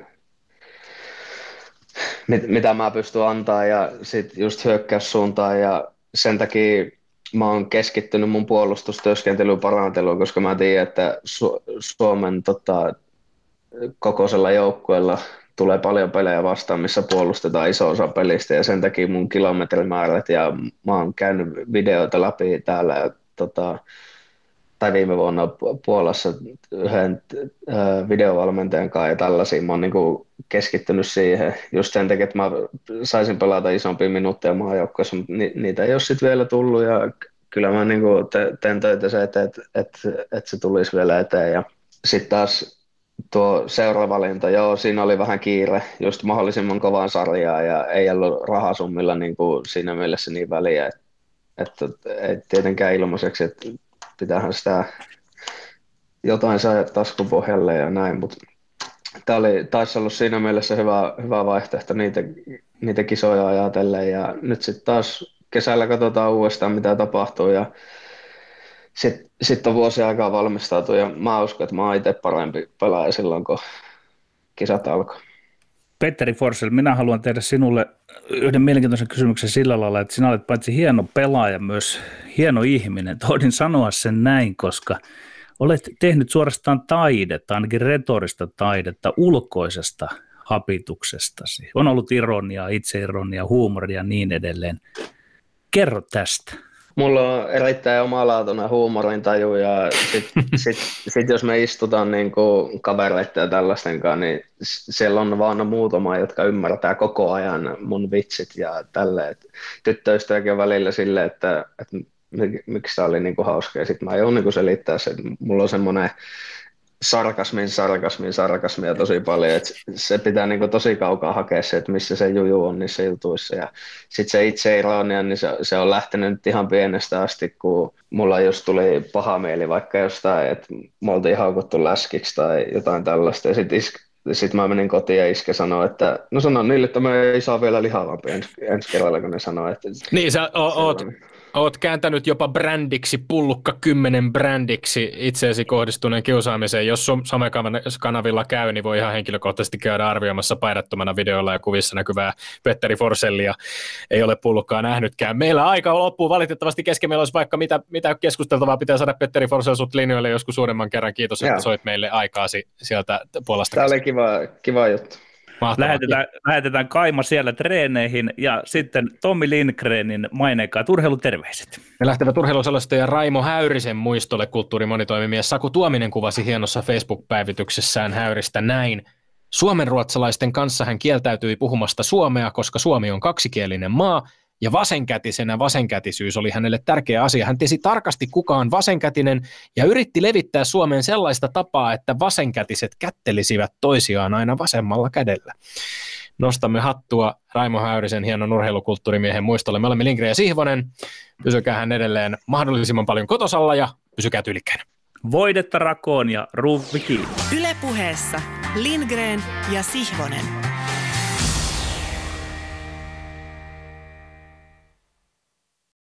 S5: mitä mä pystyn antaa ja sitten just hyökkäyssuuntaan ja sen takia mä oon keskittynyt mun puolustustyöskentelyyn paranteluun, koska mä tiedän, että Suomen kokoisella joukkueella tulee paljon pelejä vastaan, missä puolustetaan iso osa pelistä ja sen takia mun kilometrimäärät ja mä oon käynyt videoita läpi täällä tai viime vuonna Puolassa yhden videovalmentajan kanssa ja tällaisia. Mä oon niinku keskittynyt siihen just sen takia, että mä saisin pelata isompia minuutteja maajoukkoissa, mutta niitä ei ole sitten vielä tullut ja kyllä mä niin kuin teen töitä se, että se tulisi vielä eteen. Ja sitten taas tuo seuravalinta, joo, siinä oli vähän kiire, just mahdollisimman kovaan sarjaa ja ei ollut rahasummilla niin kuin siinä mielessä niin väliä, että ei tietenkään ilmaiseksi, että pitäähän sitä jotain saada taskupohjalle ja näin, mutta tämä taisi olla siinä mielessä hyvä vaihtoehto niitä kisoja ajatellen ja nyt sitten taas kesällä katsotaan uudestaan mitä tapahtuu ja sitten on vuosi aikaa valmistautua ja mä uskon, että mä oon itse parempi pelaaja silloin, kun kisat alkoi.
S3: Petteri Forsell, minä haluan tehdä sinulle yhden mielenkiintoisen kysymyksen sillä lailla, että sinä olet paitsi hieno pelaaja, myös hieno ihminen. Tohdin sanoa sen näin, koska olet tehnyt suorastaan taidetta, ainakin retorista taidetta, ulkoisesta hapituksestasi. On ollut ironiaa, itseironiaa, huumoria ja niin edelleen. Kerro tästä. Mulla
S5: on erittäin omalaatuinen huumorintaju ja sit jos me istutaan niin kuin kavereiden ja tällaisten kanssa, niin siellä on vaan muutama, jotka ymmärtää koko ajan mun vitsit ja tälleen. Tyttöystäväkin on välillä silleen, että miksi tämä oli niin kuin hauska ja sitten mä joudun niin kuin selittää se, että mulla on semmoinen sarkasmia tosi paljon, että se pitää niin kuin tosi kaukaa hakea se, että missä se juju on niissä jutuissa ja sitten se itseironia, niin se on lähtenyt nyt ihan pienestä asti, kun mulla just tuli paha mieli vaikka jostain, että me oltiin haukuttu läskiksi tai jotain tällaista ja sitten mä menin kotiin ja iskä sanoi, että no sanon niille, että me ei saa vielä lihavampi ensi kerralla, kun ne sanoi, että...
S4: Niin, sä oot kääntänyt jopa brändiksi, pullukka 10 brändiksi itseesi kohdistuneen kiusaamiseen. Jos somekanavilla käy, niin voi ihan henkilökohtaisesti käydä arvioimassa paidattomana videolla ja kuvissa näkyvää Petteri Forsellia. Ei ole pullukkaa nähnytkään. Meillä aika loppuu valitettavasti kesken. Meillä olisi vaikka mitä keskusteltavaa. Pitää saada Petteri Forsell sut linjoille joskus suuremman kerran. Kiitos, että soit meille aikaasi sieltä Puolasta.
S5: Tämä oli kiva juttu.
S3: Lähetetään Kaima siellä treeneihin ja sitten Tommi Lindgrenin maineikkaat urheiluterveiset.
S4: Ne lähtevät urheiluselostaja Raimo Häyrisen muistolle. Kulttuurimonitoimimies Saku Tuominen kuvasi hienossa Facebook-päivityksessään Häyristä näin. Suomenruotsalaisten kanssa hän kieltäytyi puhumasta suomea, koska Suomi on kaksikielinen maa ja vasenkätisenä vasenkätisyys oli hänelle tärkeä asia. Hän tiesi tarkasti kuka on vasenkätinen ja yritti levittää Suomeen sellaista tapaa, että vasenkätiset kättelisivät toisiaan aina vasemmalla kädellä. Nostamme hattua Raimo Häyrisen hienon urheilukulttuurimiehen muistolle. Me olemme Lindgren ja Sihvonen. Pysykää hän edelleen mahdollisimman paljon kotosalla ja pysykää tyylikkäinä.
S3: Voidetta rakoon ja ruuvi kiinni.
S2: Yle Puheessa Lindgren ja Sihvonen.